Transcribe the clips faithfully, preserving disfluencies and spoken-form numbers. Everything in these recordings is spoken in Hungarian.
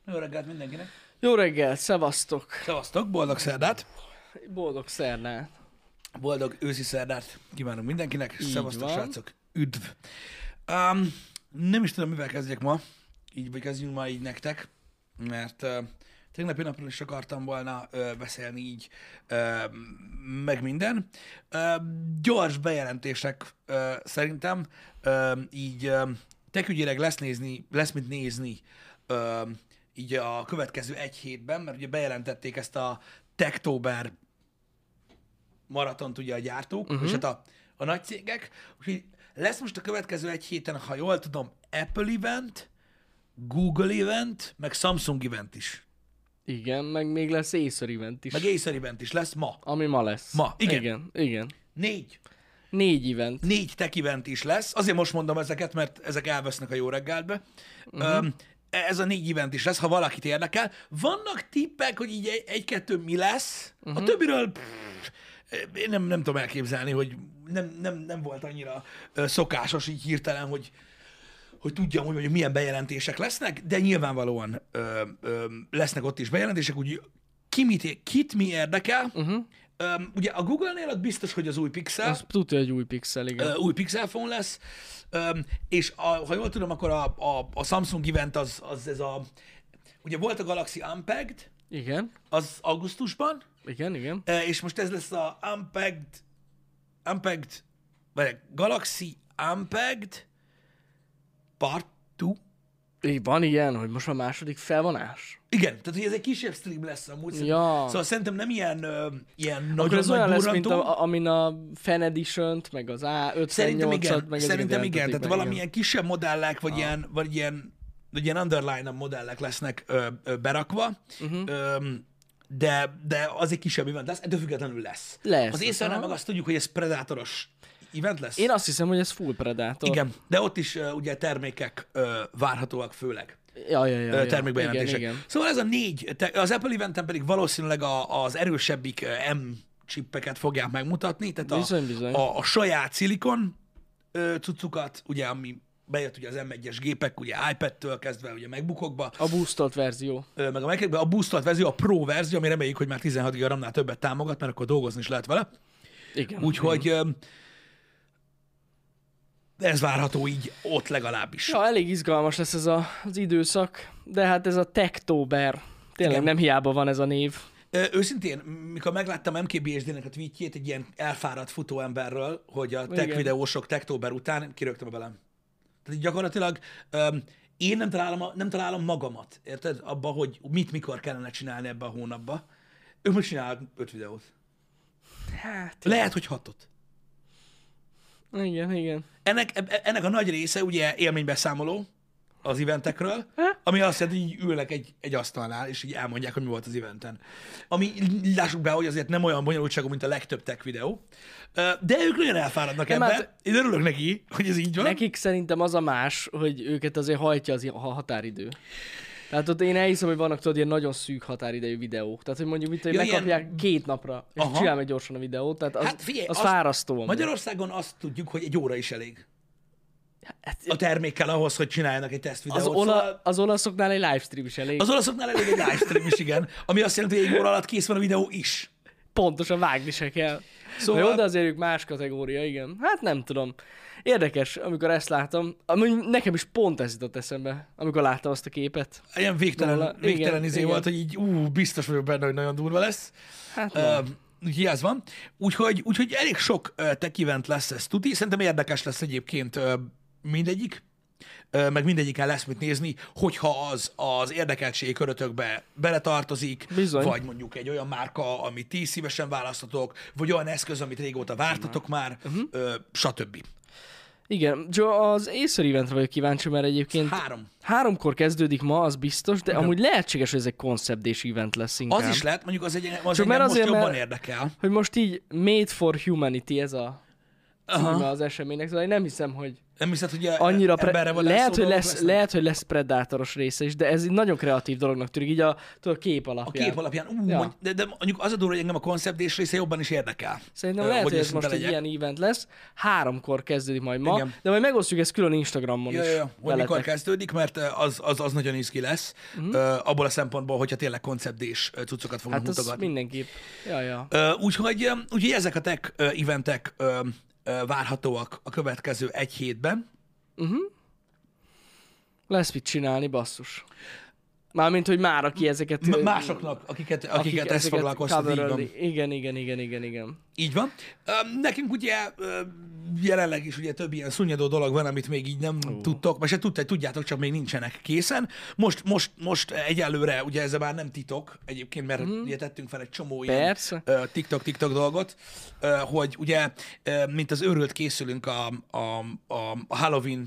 Jó reggelt mindenkinek. Jó reggelt, szevasztok. Szevasztok, boldog szerdát. Boldog szerdát. Boldog őszi szerdát kívánunk mindenkinek. Így Szevasztok, van. srácok. Üdv. Um, nem is tudom, mivel kezdjek ma. Így vagy kezdjünk ma így nektek. Mert uh, tegnapi napról is akartam volna uh, beszélni így, uh, meg minden. Uh, gyors bejelentések uh, szerintem. Uh, így uh, tekügyileg lesz, nézni, lesz mit nézni uh, így a következő egy hétben, mert ugye bejelentették ezt a Techtober maratont ugye a gyártók, uh-huh. és hát a, a nagy cégek. Úgyhogy lesz most a következő egy héten, ha jól tudom, Apple event, Google event, meg Samsung event is. Igen, meg még lesz Acer event is. Meg Acer event is lesz ma. Ami ma lesz. Ma, igen. Igen, igen. Négy. Négy event. Négy tech event is lesz. Azért most mondom ezeket, mert ezek elvesznek a jó reggelbe. Uh-huh. Um, ez a négy event is lesz, ha valakit érdekel. Vannak tippek, hogy így egy- egy-kettő mi lesz. Uh-huh. A többiről pff, én nem, nem tudom elképzelni, hogy nem, nem, nem volt annyira ö, szokásos így hirtelen, hogy, hogy tudjam, hogy mondjuk milyen bejelentések lesznek, de nyilvánvalóan ö, ö, lesznek ott is bejelentések, úgy ki mit, kit mi érdekel. Uh-huh. Ö, ugye a Google-nél ott biztos, hogy az új Pixel. Az tudja, hogy új Pixel, igen. Ö, új Pixel phone lesz, Öm, és a, ha jól tudom, akkor a, a, a Samsung event az, az ez a... Ugye volt a Galaxy Unpacked, Igen, az augusztusban, igen, igen. ö, és most ez lesz a Unpacked... Unpacked... Vagy Galaxy Unpacked Part kettő. Így van ilyen, hogy most a második felvonás. Igen, tehát hogy ez egy kisebb stream lesz amúgy. Ja. Szóval szerintem nem ilyen, ö, ilyen Akkor nagyon ez nagy olyan lesz, mint durrantó. a, amin a Fan Edition-t, meg az á Szerintem igen, ötvennyolcat, meg szerintem ezeket igen, jelentették tehát meg, valamilyen kisebb modellek, vagy ilyen, vagy ilyen, vagy ilyen underline modellek lesznek ö, ö, berakva, uh-huh. ö, de, de az egy kisebb event lesz, ettől függetlenül lesz. Lesz, Az lesz, észre aha. meg azt tudjuk, hogy ez predátoros event lesz. Én azt hiszem, hogy ez full Predator. Igen, de ott is ö, ugye termékek ö, várhatóak főleg. Ja, ja, ja, Ö, ja. termékbejelentések. Igen, igen. Szóval ez a négy, te- az Apple eventen pedig valószínűleg a, az erősebbik ö, M csippeket fogják megmutatni, tehát Bizony, bizony. a, a, a saját szilikon ö, cuccukat, ugye, ami bejött ugye az M egyes gépek, ugye iPad-től kezdve, ugye MacBookokba, A boostolt verzió. ö, meg a Mac-ekbe, a boostolt verzió, a Pro verzió, ami reméljük, hogy már tizenhat giga RAM-nál többet támogat, mert akkor dolgozni is lehet vele. Igen. Úgyhogy ö, ez várható így ott legalábbis. Ja, elég izgalmas lesz ez a, az időszak, de hát ez a Techtober. Tényleg Igen. nem hiába van ez a név. Ö, őszintén, mikor megláttam em ké bé es dé-nek a tweetjét egy ilyen elfáradt futóemberről, hogy a tech Igen. videósok Techtober után kirögtem a velem. Tehát így gyakorlatilag öm, én nem találom, a, nem találom magamat, érted? Abba, hogy mit, mikor kellene csinálni ebbe a hónapba. Ők most csinálnak öt videót. Hát, Lehet, hogy hatot. igen, igen. Ennek, eb- ennek a nagy része ugye élménybeszámoló az eventekről, ami azt jelenti, hogy így ülnek egy, egy asztalnál, és így elmondják, hogy mi volt az eventen. Ami, lássuk be, hogy azért nem olyan bonyolultságú, mint a legtöbb tech videó, Ö, de ők nagyon elfáradnak Nem, ebben. hát- Én örülök neki, hogy ez így van. Nekik szerintem az a más, hogy őket azért hajtja az a határidő. Tehát ott én elhiszem, hogy vannak tudod ilyen nagyon szűk határidejű videók. Tehát, hogy mondjuk, mint, hogy Ja, megkapják ilyen- két napra, és Aha. csinál meg gyorsan a videót. Tehát az, Hát figyelj, az azt- fárasztó. amúgy. Magyarországon azt tudjuk, hogy egy óra is elég Hát, a termékkel ahhoz, hogy csináljanak egy az, tesztvideót. ola, Szóval az olaszoknál egy livestream is elég. az olaszoknál elég egy livestream is, igen, ami azt jelenti, hogy egy óra alatt kész van a videó is. Pontosan vágni se kell. Szóval- Szóval... Jó, de azért ők más kategória, igen. Hát nem tudom. Érdekes, amikor ezt látom. Amúgy nekem is pont ez jutott eszembe, amikor láttam azt a képet. Ilyen végtelen, Róla- végtelen igen, izé igen. volt, hogy így ú, biztos vagyok benne, hogy nagyon durva lesz. Hát Ö, na. Úgyhogy ez van. Úgyhogy, úgyhogy elég sok ö, tech event lesz ez tuti. Szerintem érdekes lesz egyébként ö, mindegyik. Ö, meg mindegyiken lesz mit nézni, hogyha az az érdekeltségi körötökbe beletartozik, Bizony. vagy mondjuk egy olyan márka, amit ti szívesen választatok, vagy olyan eszköz, amit régóta vártatok már, Mhm. ö, stb. Igen, Joe, az Acer eventre vagyok kíváncsi, mert egyébként Három. háromkor kezdődik ma, az biztos, de amúgy lehetséges, hogy ez egy concept event lesz inkább. Az is lehet, mondjuk az, egy, az Csak engem mert most azért, jobban mert- érdekel. Hogy most így Made for Humanity ez a címe Aha. az eseménynek, szóval én nem hiszem, hogy Nem hiszed, hogy a Annyira pre- emberre vadászó lehet, hogy dolgok lesz, lesznek? lehet, hogy lesz predátoros része is, de ez egy nagyon kreatív dolognak tűnik, így a, tudod, a kép A alapján. kép alapján, ú, Ja. mondj, de, de mondjuk az a durva, hogy engem a konceptés része jobban is érdekel. Szerintem Ö, lehet, hogy hogy ez őszinte most egy legyek. ilyen event lesz. Háromkor kezdődik majd ma, Igen. de majd megosztjuk ezt külön Instagramon Ja, is. ja, ja, hogy veletek. mikor kezdődik, mert az, az, az nagyon izgi lesz, Mhm. uh, abból a szempontból, hogyha tényleg konceptdés ö, cuccokat fognak Hát az mutogatni. mindenképp. Ja, ja. Ö, Úgyhogy, ö, úgyhogy ezek a tech ö, eventek ö, ö, várhatóak a következő egy hétben. Uh-huh. Lesz mit csinálni, basszus. Mármint, hogy már aki ezeket... M- másoknak, akiket, akiket ez ezeket foglalkoztat, így van. coverölni. Igen, igen, igen, igen, igen. Így van. Ö, Nekünk ugye ö, jelenleg is ugye több ilyen szunnyadó dolog van, amit még így nem uh. tudtok, vagy se tudták, tudjátok, csak még nincsenek készen. Most, most, most egyelőre, ugye ez már nem titok egyébként, mert uh-huh. ugye tettünk fel egy csomó Persze. ilyen ö, TikTok-TikTok dolgot, ö, hogy ugye, ö, mint az őrült készülünk a, a, a, a Halloween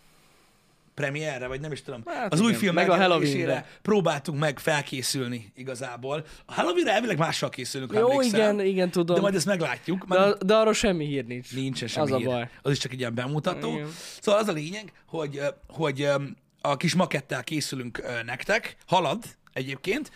premierre, vagy nem is tudom, Hát az igen, új film meg a megjelenésére Halloweenre. próbáltunk meg felkészülni igazából. A Halloweenre elvileg mással készülünk, ha Jó, emlékszel, igen, igen, tudom. de majd ezt meglátjuk. De, de arról semmi hír nincs. Nincsen semmi Az a hír. baj. Az is csak egy ilyen bemutató. Igen. Szóval az a lényeg, hogy, ö, hogy ö, a kis makettel készülünk ö, nektek. Halad egyébként.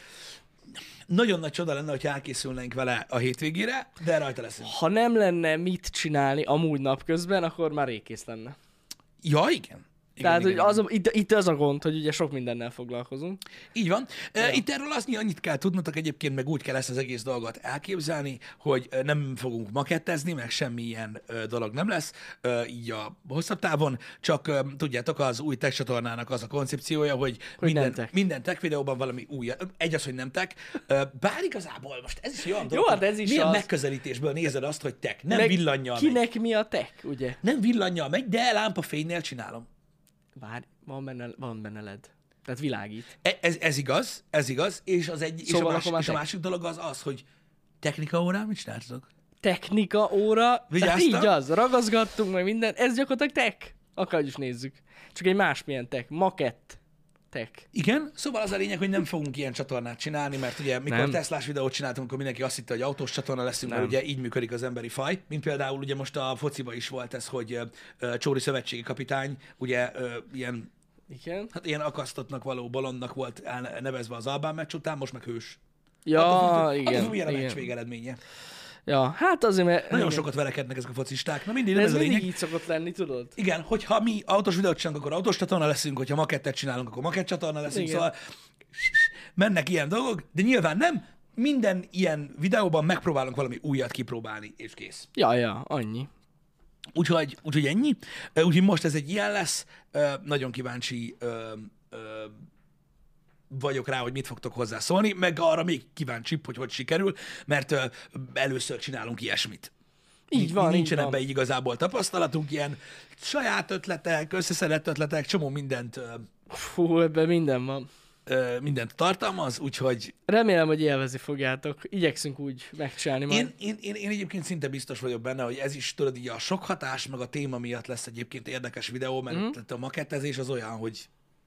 Nagyon nagy csoda lenne, hogyha elkészülnénk vele a hétvégére, de rajta leszünk. Ha nem lenne mit csinálni amúgy napközben, akkor már rég kész lenne. Ja, igen. Igen, Tehát igen, hogy az a, itt, itt az a gond, hogy ugye sok mindennel foglalkozunk. Így van. Ja. Ja. Itt erről azt annyit kell tudnotok egyébként, meg úgy kell ezt az egész dolgot elképzelni, hogy ö, nem fogunk makettezni, meg semmi ilyen ö, dolog nem lesz, ö, így a hosszabb távon, csak ö, tudjátok, az új tech csatornának az a koncepciója, hogy, Hogy minden, nem tech. minden tech videóban valami új. Egy az, hogy nem tech, ö, bár igazából most ez is olyan dolog, hát hogy ez is milyen az. megközelítésből nézed azt, hogy tech. Nem Meg villannyal megy. Kinek mi a tech, ugye? Nem villannyal megy, de lámpafénynél csinálom. Várj, van benne, van benne led. Tehát világít. E- Ez, ez igaz, ez igaz, és, az egy, Szóval és, a, akkor másik, már és a tech. másik dolog az az, hogy technika órán mit csináltatok? Technika óra, tehát Vigyáztam. így az, ragaszgattunk meg minden, ez gyakorlatilag tech. Akárhogy is nézzük. Csak egy másmilyen tech, makett tech. Igen, szóval az a lényeg, hogy nem fogunk ilyen csatornát csinálni, mert ugye mikor Nem. Teslás videót csináltunk, akkor mindenki azt hitte, hogy autós csatorna leszünk, mert Nem. ugye így működik az emberi faj. Mint például ugye most a fociba is volt ez, hogy ö, ö, Csóri szövetségi kapitány, ugye ö, ilyen, Igen. hát ilyen akasztottnak való bolondnak volt elnevezve az Albán meccs után, most meg hős. Ja, Attól függ, igen. attól függ, milyen a meccs igen. végeredménye. Ja, hát azért, mert... Nagyon igen. sokat verekednek ezek a focisták, na mindig, De nem ez ez a mindig lényeg. így szokott lenni, tudod? Igen, hogyha mi autós videót csinálunk, akkor autós csatorna leszünk, hogyha makettet csinálunk, akkor makett csatorna leszünk, Igen. szóval mennek ilyen dolgok, de nyilván nem. Minden ilyen videóban megpróbálunk valami újat kipróbálni, és kész. Ja, ja, annyi. Úgyhogy, úgyhogy ennyi. Ö, Úgyhogy most ez egy ilyen lesz. Ö, Nagyon kíváncsi ö, ö, vagyok rá, hogy mit fogtok hozzászólni, meg arra még kíváncsibb, hogy hogy sikerül, mert ö, először csinálunk ilyesmit. Így van, Nincsen így van. ebben így igazából tapasztalatunk, ilyen saját ötletek, összeszedett ötletek, csomó mindent, ö, Fú, ebben minden van. ö, mindent tartalmaz, úgyhogy Remélem, hogy élvezni fogjátok. Igyekszünk úgy megcsinálni majd. én, én, én, én egyébként szinte biztos vagyok benne, hogy ez is tudod így a sok hatás, meg a téma miatt lesz egyébként érdekes videó, mert mm. tehát a makettezés az olyan, hogy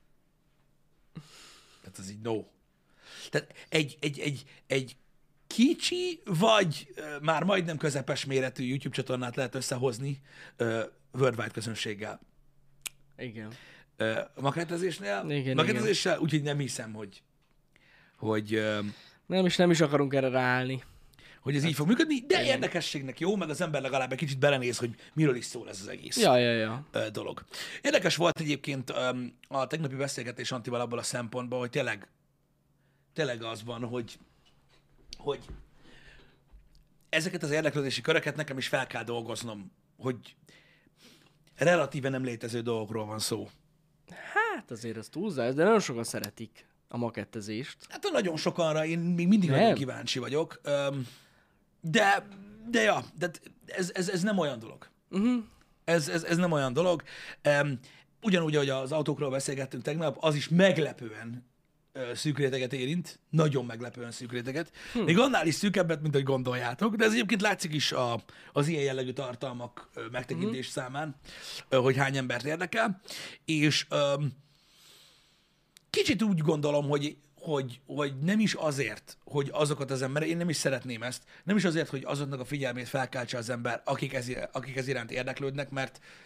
tehát az így no. Tehát egy, egy, egy, egy kicsi, vagy ö, már majdnem közepes méretű YouTube csatornát lehet összehozni ö, worldwide közönséggel. Igen. Ö, makettezésnél, Igen, makettezéssel, úgyhogy nem hiszem, hogy, hogy, ö, Nem is, nem is akarunk erre ráállni. hogy ez így fog működni, de érdekességnek jó, meg az ember legalább egy kicsit belenéz, hogy miről is szól ez az egész Ja, ja, ja. ö, dolog. Érdekes volt egyébként öm, a tegnapi beszélgetés Antival abból a szempontból, hogy tényleg, tényleg az van, hogy, hogy ezeket az érdeklődési köröket nekem is fel kell dolgoznom, hogy relatíve nem létező dolgokról van szó. Hát azért az túlzás, de nagyon sokan szeretik a makettezést. Hát nagyon sokanra én még mindig Nem. nagyon kíváncsi vagyok, öm, de, de ja, de ez, ez, ez nem olyan dolog. Uh-huh. Ez, ez, ez nem olyan dolog. Um, ugyanúgy, ahogy az autókról beszélgettünk tegnap, az is meglepően uh, szűk réteget érint, nagyon meglepően szűk réteget. Hm. Még annál is szűkebbet, mint hogy gondoljátok, de ez egyébként látszik is a, az ilyen jellegű tartalmak uh, megtekintés hm. számán, uh, hogy hány embert érdekel. És um, kicsit úgy gondolom, hogy hogy, hogy nem is azért, hogy azokat az emberek, én nem is szeretném ezt, nem is azért, hogy azoknak a figyelmét felkeltse az ember, akik ez, akik ez iránt érdeklődnek, mert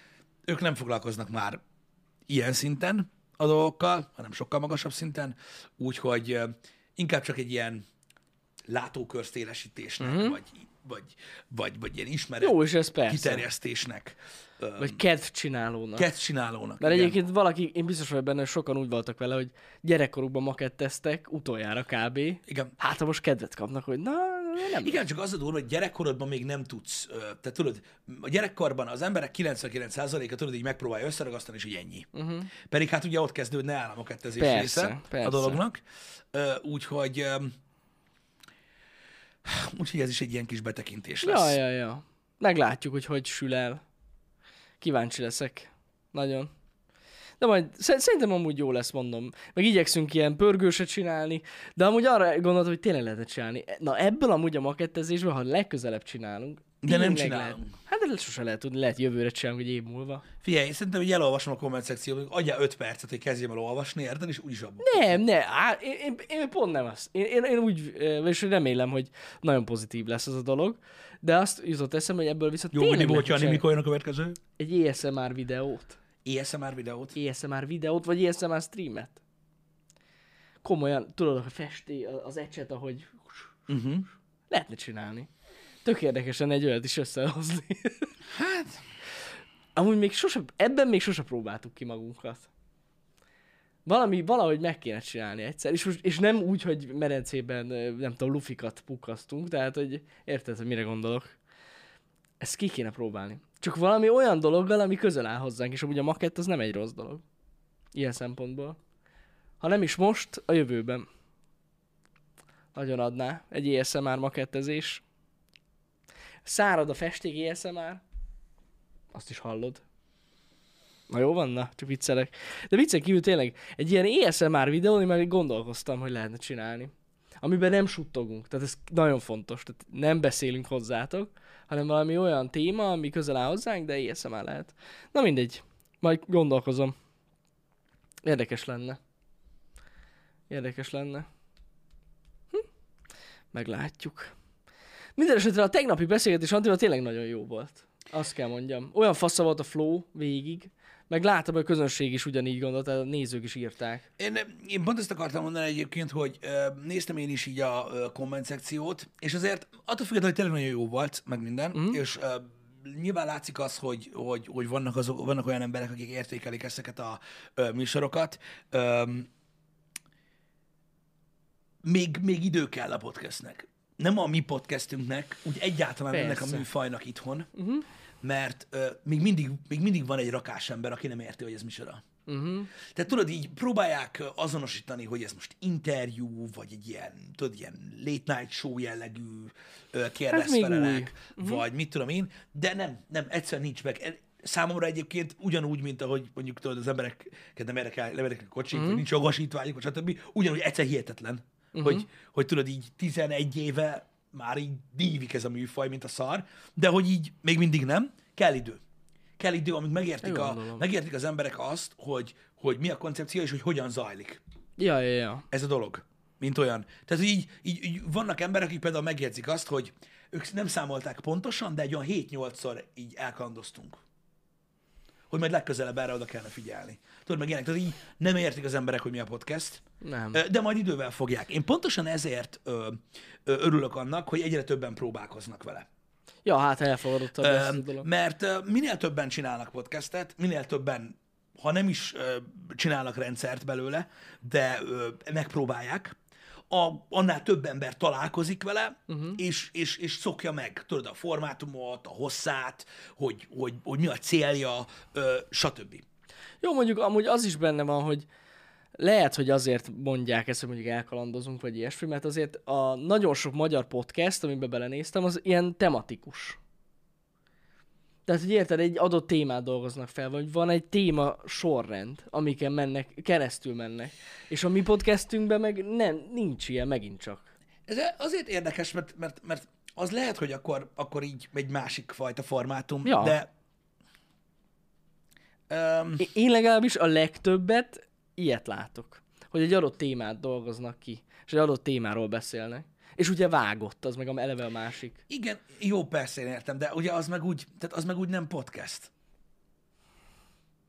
ők nem foglalkoznak már ilyen szinten a dolgokkal, hanem sokkal magasabb szinten, úgyhogy ö, inkább csak egy ilyen látókörszélesítésnek, uh-huh. vagy, vagy, vagy, vagy ilyen ismeret Jó, és ez persze. kiterjesztésnek. Vagy kedvcsinálónak. Kedvcsinálónak. Mert igen. egyébként valaki, én biztos vagyok benne, hogy sokan úgy voltak vele, hogy gyerekkorukban maketteztek, utoljára kb. Igen. Hát ha most kedvet kapnak, hogy na, nem. Igen, csak az a durva, hogy gyerekkorodban még nem tudsz, ö, tehát tudod, a gyerekkorban az emberek kilencvenkilenc százaléka tudod, így megpróbálja összeragasztani, és így ennyi. Uh-huh. Pedig hát ugye ott kezdődne el a makettezés Persze, része persze. a dolognak. Ö, úgyhogy, ö, úgyhogy ez is egy ilyen kis betekintés lesz. Ja, ja, ja. Meglátjuk, hogy hogy sül el. Kíváncsi leszek. Nagyon. De majd szerintem amúgy jó lesz, mondom. Meg igyekszünk ilyen pörgőset csinálni, de amúgy arra gondoltam, hogy tényleg lehetne csinálni. Na ebből amúgy a makettezésből, ha legközelebb csinálunk. De nem tényleg csinálunk. Lehet. Hát de sose lehet tudni, lehet jövőre csinálunk egy év múlva. Figyelj, szerintem, hogy elolvasom a komment szekcióban, adjál öt percet, hogy kezdjem el olvasni, érted, és úgyis abban. Nem, ne, á, én, én, én pont nem azt. Én, én, én úgy, és remélem, hogy nagyon pozitív lesz az a dolog, de azt jutott eszembe, hogy ebből viszont Jó, tényleg mindig lehetne volt, Jani, csinálni mikor jön a következő? egy á es em er videót. á es em er videót? á es em er videót, vagy á es em er streamet. Komolyan, tudod, hogy festi az ecset, ahogy Uh-huh. lehetne csinálni. Tök érdekesen egy olyat is összehozni. Hát... Amúgy még sose, ebben még sose próbáltuk ki magunkat. Valami, valahogy meg kéne csinálni egyszer, és, most, és nem úgy, hogy medencében, nem tudom, lufikat pukkasztunk, tehát, hogy érted, hogy mire gondolok. Ezt ki kéne próbálni. Csak valami olyan dologgal, ami közel áll hozzánk, és amúgy a makett az nem egy rossz dolog. Ilyen szempontból. Ha nem is most, a jövőben. Nagyon adná egy á es em er makettezés. Szárad a festék á es em er, azt is hallod. Na jó van, na, csak viccelek. De viccen kívül tényleg egy ilyen á es em er videón, én meg gondolkoztam, hogy lehetne csinálni. Amiben nem suttogunk, tehát ez nagyon fontos. Tehát nem beszélünk hozzátok, hanem valami olyan téma, ami közel áll hozzánk, de á es em er lehet. Na mindegy, majd gondolkozom. Érdekes lenne. Érdekes lenne. Hm? Meglátjuk. Minden esetre a tegnapi beszélgetés Antival tényleg nagyon jó volt. Azt kell mondjam. Olyan fasza volt a flow végig, meg látom, hogy a közönség is ugyanígy gondolt, a nézők is írták. Én, én pont ezt akartam mondani egyébként, hogy ö, néztem én is így a ö, komment szekciót, és azért attól függetlenül, hogy tényleg nagyon jó volt, meg minden, mm. és ö, nyilván látszik az, hogy, hogy, hogy vannak, azok, vannak olyan emberek, akik értékelik ezeket a ö, műsorokat. Ö, még, még idő kell a podcastnek. Nem a mi podcastünknek, úgy egyáltalán Persze. ennek a műfajnak itthon, Uh-huh. mert ö, még, mindig, még mindig van egy rakás ember, aki nem érti, hogy ez micsoda. Uh-huh. Tehát tudod, így próbálják azonosítani, hogy ez most interjú, vagy egy ilyen, tudod, ilyen late night show jellegű kérdezfelelek, uh-huh. vagy mit tudom én, de nem, nem, egyszerűen nincs meg. Számomra egyébként ugyanúgy, mint ahogy mondjuk tudod, az embereket nem érdekel, nem érdekel a kocsik, uh-huh. vagy nincs jogosítványuk, vagy stb. Ugyanúgy egyszer hihetetlen, uh-huh. hogy, hogy tudod, így tizenegy éve már így dívik ez a műfaj, mint a szar, de hogy így még mindig nem, kell idő. Kell idő, amíg megértik, a, megértik az emberek azt, hogy, hogy mi a koncepció, és hogy hogyan zajlik Ja, ja, ja. ez a dolog, mint olyan. Tehát így, így, így vannak emberek, akik például megjegyzik azt, hogy ők nem számolták pontosan, de egy olyan hét-nyolcszor így elkalandoztunk. Hogy majd legközelebb erre oda kellene figyelni. Tudod, meg ilyenek. Tehát így nem értik az emberek, hogy mi a podcast, Nem. de majd idővel fogják. Én pontosan ezért ö, ö, örülök annak, hogy egyre többen próbálkoznak vele. Ja, hát elfogadottabb Ö, lesz a dolog. mert ö, minél többen csinálnak podcastet, minél többen, ha nem is ö, csinálnak rendszert belőle, de ö, megpróbálják, a, annál több ember találkozik vele, uh-huh. és, és, és szokja meg, tudod, a formátumot, a hosszát, hogy, hogy, hogy mi a célja, ö, stb. Jó, mondjuk amúgy az is benne van, hogy lehet, hogy azért mondják ezt, hogy mondjuk elkalandozunk, vagy ilyesmi, mert azért a nagyon sok magyar podcast, amiben belenéztem, az ilyen tematikus. Tehát, hogy érted, egy adott témát dolgoznak fel, vagy van egy téma sorrend, amiken mennek, keresztül mennek. És a mi podcastünkben meg nem, nincs ilyen, megint csak. Ez azért érdekes, mert, mert, mert az lehet, hogy akkor, akkor így egy másik fajta formátum, Ja. de... Um, Én legalábbis a legtöbbet ilyet látok, hogy egy adott témát dolgoznak ki, és egy adott témáról beszélnek. És ugye vágott, az meg eleve a másik. igen, jó, persze én értem, de ugye az meg úgy, tehát az meg úgy nem podcast.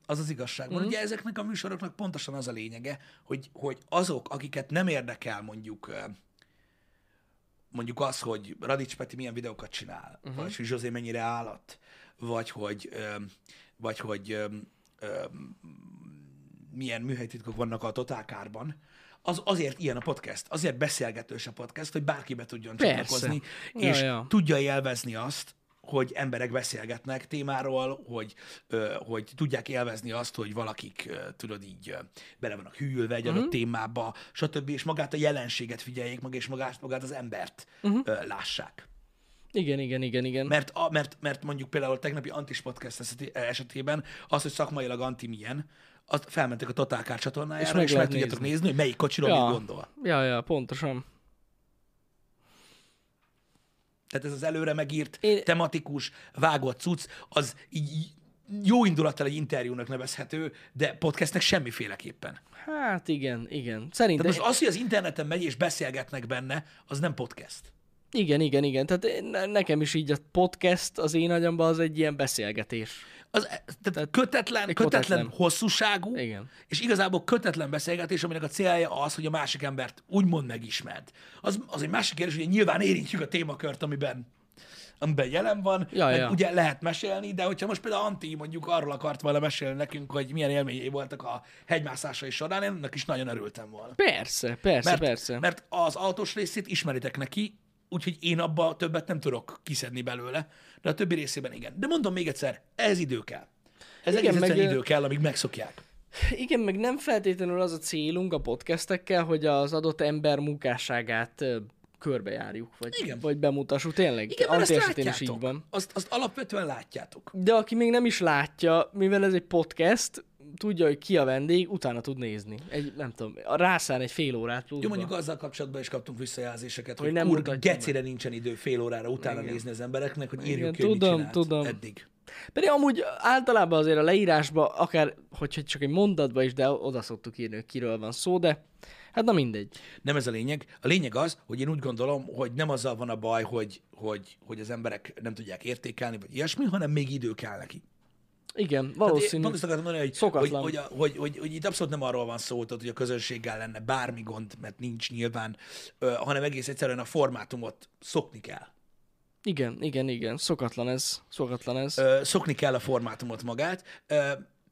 Az az igazság. Van, Mhm. ugye ezeknek a műsoroknak pontosan az a lényege, hogy, hogy azok, akiket nem érdekel mondjuk ö, mondjuk az, hogy Radics Peti milyen videókat csinál, uh-huh. vagy hogy Zsuzé mennyire állat, vagy hogy, ö, vagy hogy ö, ö, milyen műhelytitkok vannak a Totálkárban, az azért ilyen a podcast, azért beszélgetős a podcast, hogy bárki be tudjon Persze. csatlakozni, Ja, és ja. tudja élvezni azt, hogy emberek beszélgetnek témáról, hogy, ö, hogy tudják élvezni azt, hogy valakik, ö, tudod így, ö, bele vannak hűlve egy adott Mhm. témába, stb. És magát a jelenséget figyeljék meg, és magát, magát az embert Mhm. ö, lássák. Igen, igen, igen, igen. Mert, a, mert, mert mondjuk például a tegnapi Antis podcast eszeti- esetében az, hogy szakmailag Anti milyen, azt felmentek a Totálkár csatornájára, És és meg meg, lehet tudjátok nézni. nézni, hogy melyik kocsiról Ja. mit gondol. Ja, ja, pontosan. Tehát ez az előre megírt, Én- tematikus, vágott cucc, az így így jó indulattal egy interjúnak nevezhető, de podcastnek semmiféleképpen. Hát igen, igen. Szerintem... Tehát most az, hogy az interneten megy és beszélgetnek benne, az nem podcast. Igen, igen, igen. Tehát én- nekem is így a podcast az én agyamban az egy ilyen beszélgetés. Az, tehát kötetlen, egy kötetlen kötetlen. hosszúságú, Igen. és igazából kötetlen beszélgetés, aminek a célja az, hogy a másik embert úgymond megismerd. Az, az egy másik kérdés, hogy nyilván érintjük a témakört, amiben, amiben jelen van, Ja, meg ja. ugye lehet mesélni, de hogyha most például Anti mondjuk arról akart volna mesélni nekünk, hogy milyen élményei voltak a hegymászásai során, én ennek is nagyon örültem volna. Persze, persze, Mert, persze. mert az autós részét ismeritek neki, úgyhogy én abba többet nem tudok kiszedni belőle, de a többi részében igen. De mondom még egyszer, ez idő kell. Ez Igen, egész egyszerűen meg, idő kell, amíg megszokják. Igen, meg nem feltétlenül az a célunk a podcastekkel, hogy az adott ember munkásságát ö, körbejárjuk, vagy, Igen. vagy bemutassuk. Tényleg, Igen, mert Anti ezt esetén is így látjátok. van. Azt, azt alapvetően látjátok. De aki még nem is látja, mivel ez egy podcast, tudja, hogy ki a vendég, utána tud nézni. Egy, nem tudom, rászán egy fél órát pluszba. Jó, mondjuk azzal kapcsolatban is kaptunk visszajelzéseket, Hogy hogy, nem hogy kur, mutatja gecire nincsen idő fél órára utána Igen. nézni az embereknek, hogy Igen, írjuk ki, hogy mit tudom, csinált tudom. eddig. Pedig amúgy általában azért a leírásba, akár hogyha csak egy mondatba is, de oda szoktuk írni, hogy kiről van szó, de hát na mindegy. Nem ez a lényeg. A lényeg az, hogy én úgy gondolom, hogy nem azzal van a baj, hogy, hogy, hogy az emberek nem tudják értékelni, vagy ilyesmi, hanem még idő kell neki. Igen, Tehát valószínű. pont azt akartam mondani, hogy, hogy, Szokatlan. hogy, a- hogy, hogy, hogy itt abszolút nem arról van szó, tudod, hogy a közönséggel lenne bármi gond, mert nincs nyilván, ö, hanem egész egyszerűen a formátumot szokni kell. Igen, igen, igen. Szokatlan ez. Szokatlan ez. Ö, szokni kell a formátumot magát. Ö,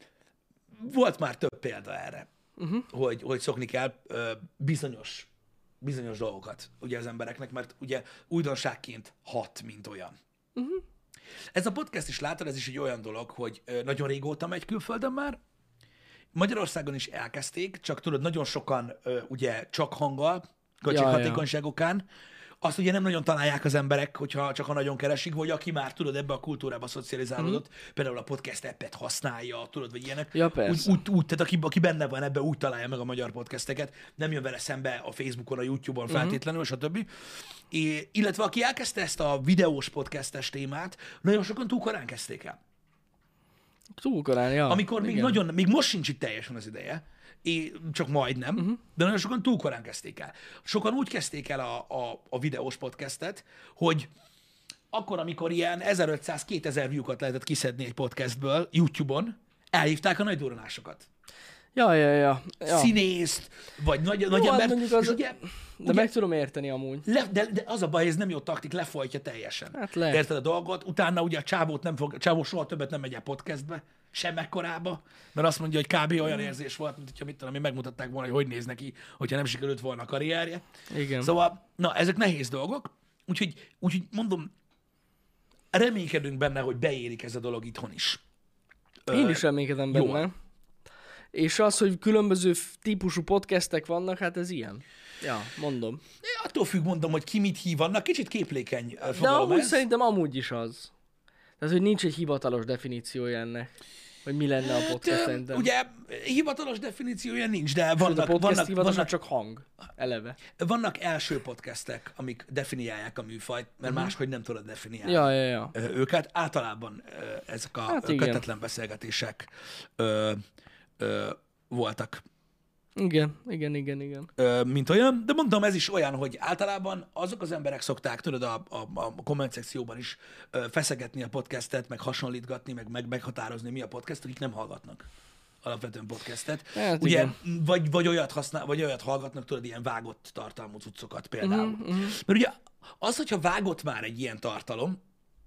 volt már több példa erre, uh-huh. hogy, hogy szokni kell ö, bizonyos, bizonyos dolgokat ugye az embereknek, mert ugye újdonságként hat, mint olyan. Uh-huh. Ez a podcast is látod, ez is egy olyan dolog, hogy ö, nagyon régóta megy külföldön már, Magyarországon is elkezdték, csak tudod, nagyon sokan ö, ugye csak hanggal, költséghatékonyságokán, azt ugye nem nagyon találják az emberek, hogyha csak ha nagyon keresik, vagy aki már, tudod, ebbe a kultúrába szocializálódott, mm. például a podcast appet használja, tudod, vagy ilyenek. Ja, úgy, persze. úgy, úgy, tehát aki, aki benne van ebbe, úgy találja meg a magyar podcasteket, nem jön vele szembe a Facebookon, a YouTube-on feltétlenül, stb. É, illetve aki elkezdte ezt a videós podcastes témát, nagyon sokan túl korán kezdték el. Túl korán, ja. Amikor még igen. nagyon, még most sincs itt teljesen az ideje, é, csak majdnem, uh-huh. de nagyon sokan túl korán kezdték el. Sokan úgy kezdték el a, a, a videós podcastet, hogy akkor, amikor ilyen ezerötszáz-kétezer view-kat lehetett kiszedni egy podcastből YouTube-on, elhívták a nagy durranásokat. Ja, ja, ja. ja. Színészt, vagy nagy, nagy hát embert. mondjuk az- És ugye, De ugye meg tudom érteni amúgy. le, de, de az a baj, ez nem jó taktik, lefolytja teljesen. Hát lehet. Érted a dolgot? Utána ugye a csávót nem fog, a csávó soha többet nem megy el podcastbe, sem ekkorába, mert azt mondja, hogy kb. Olyan érzés volt, mint hogyha mit tudom, én megmutatták volna, hogy hogy néz neki, hogyha nem sikerült volna a karrierje. Igen. Szóval, na, ezek nehéz dolgok, úgyhogy, úgyhogy mondom, reménykedünk benne, hogy beérik ez a dolog itthon is. Én Ö, is reménykedem jól. benne. És az, hogy különböző f- típusú podcastek vannak, hát ez ilyen. Ja, mondom. Attól függ, mondom, hogy ki mit hív, annak kicsit képlékeny ö, De fogalom amúgy ez. szerintem amúgy is az. Tehát, hogy nincs egy hivatalos definíciója ennek. Hogy mi lenne a podcast Hát, szerintem. ugye hivatalos definíciója nincs, de Sőt, vannak, a podcast vannak, hivatalos vannak, csak hang. Eleve. vannak első podcastek, amik definiálják a műfajt, mert uh-huh. máshogy nem tudod definiálni Ja, ja, ja. ö, őket. Általában ö, ezek a Hát hát igen. kötetlen beszélgetések ö, ö, voltak, Igen, igen, igen, igen. ö, mint olyan, de mondom, ez is olyan, hogy általában azok az emberek szokták, tudod, a, a, a komment szekcióban is ö, feszegetni a podcastet, meg hasonlítgatni, meg, meg meghatározni, mi a podcast, akik nem hallgatnak. alapvetően podcastet. Hát Ugye, igen. vagy, vagy, olyat használ, vagy olyat hallgatnak, tudod, ilyen vágott tartalmú cuccokat például. Mhm, mhm. Mert ugye az, hogyha vágott már egy ilyen tartalom,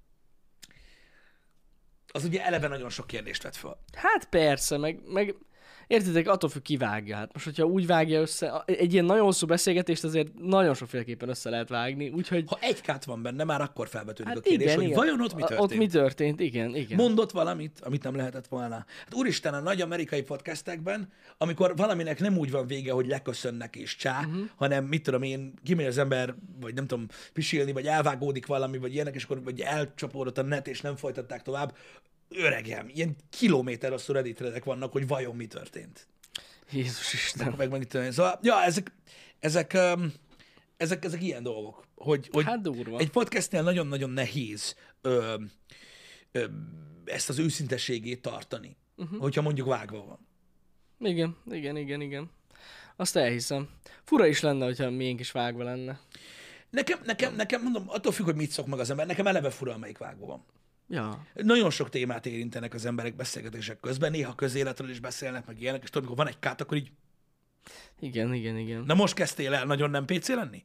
az ugye eleve nagyon sok kérdést vet fel. Hát persze, meg, meg értitek, attól függ, ki vágja. Hát most, hogyha úgy vágja össze, egy ilyen nagyon hosszú beszélgetést azért nagyon sokféleképpen össze lehet vágni, úgyhogy... Ha egy kát van benne, már akkor felvetődik Hát a kérdés, igen, hogy igen. vajon ott mi A- történt. Ott mi történt, igen, igen. Mondott valamit, amit nem lehetett volna. Hát úristen, a nagy amerikai podcastekben, amikor valaminek nem úgy van vége, hogy leköszönnek és csá, Mhm. uh-huh. hanem mit tudom én, kimegy az ember, vagy nem tudom, pisilni, vagy elvágódik valami, vagy ilyenek, és akkor vagy elcsapódott a net, és nem folytatták tovább. Öregem, ilyen kilométer hosszú Reddit threadek vannak, hogy vajon mi történt. Jézus Isten. Meg meg mit tudom én. Szóval, ja, ezek, ezek, um, ezek, ezek ilyen dolgok, hogy, hogy Hát durva. egy podcastnél nagyon-nagyon nehéz ö, ö, ezt az őszintességét tartani, uh-huh. hogyha mondjuk vágva van. Igen, igen, igen, igen. Azt elhiszem. Fura is lenne, hogyha miénk is vágva lenne. Nekem, nekem, nekem mondom, attól függ, hogy mit szok meg az ember, nekem eleve fura, amelyik vágva van. Ja. Nagyon sok témát érintenek az emberek beszélgetések közben, néha közéletről is beszélnek, meg ilyenek, és tudod, amikor van egy kát, akkor így, Igen, igen, igen. na most kezdtél el nagyon nem pé cé lenni?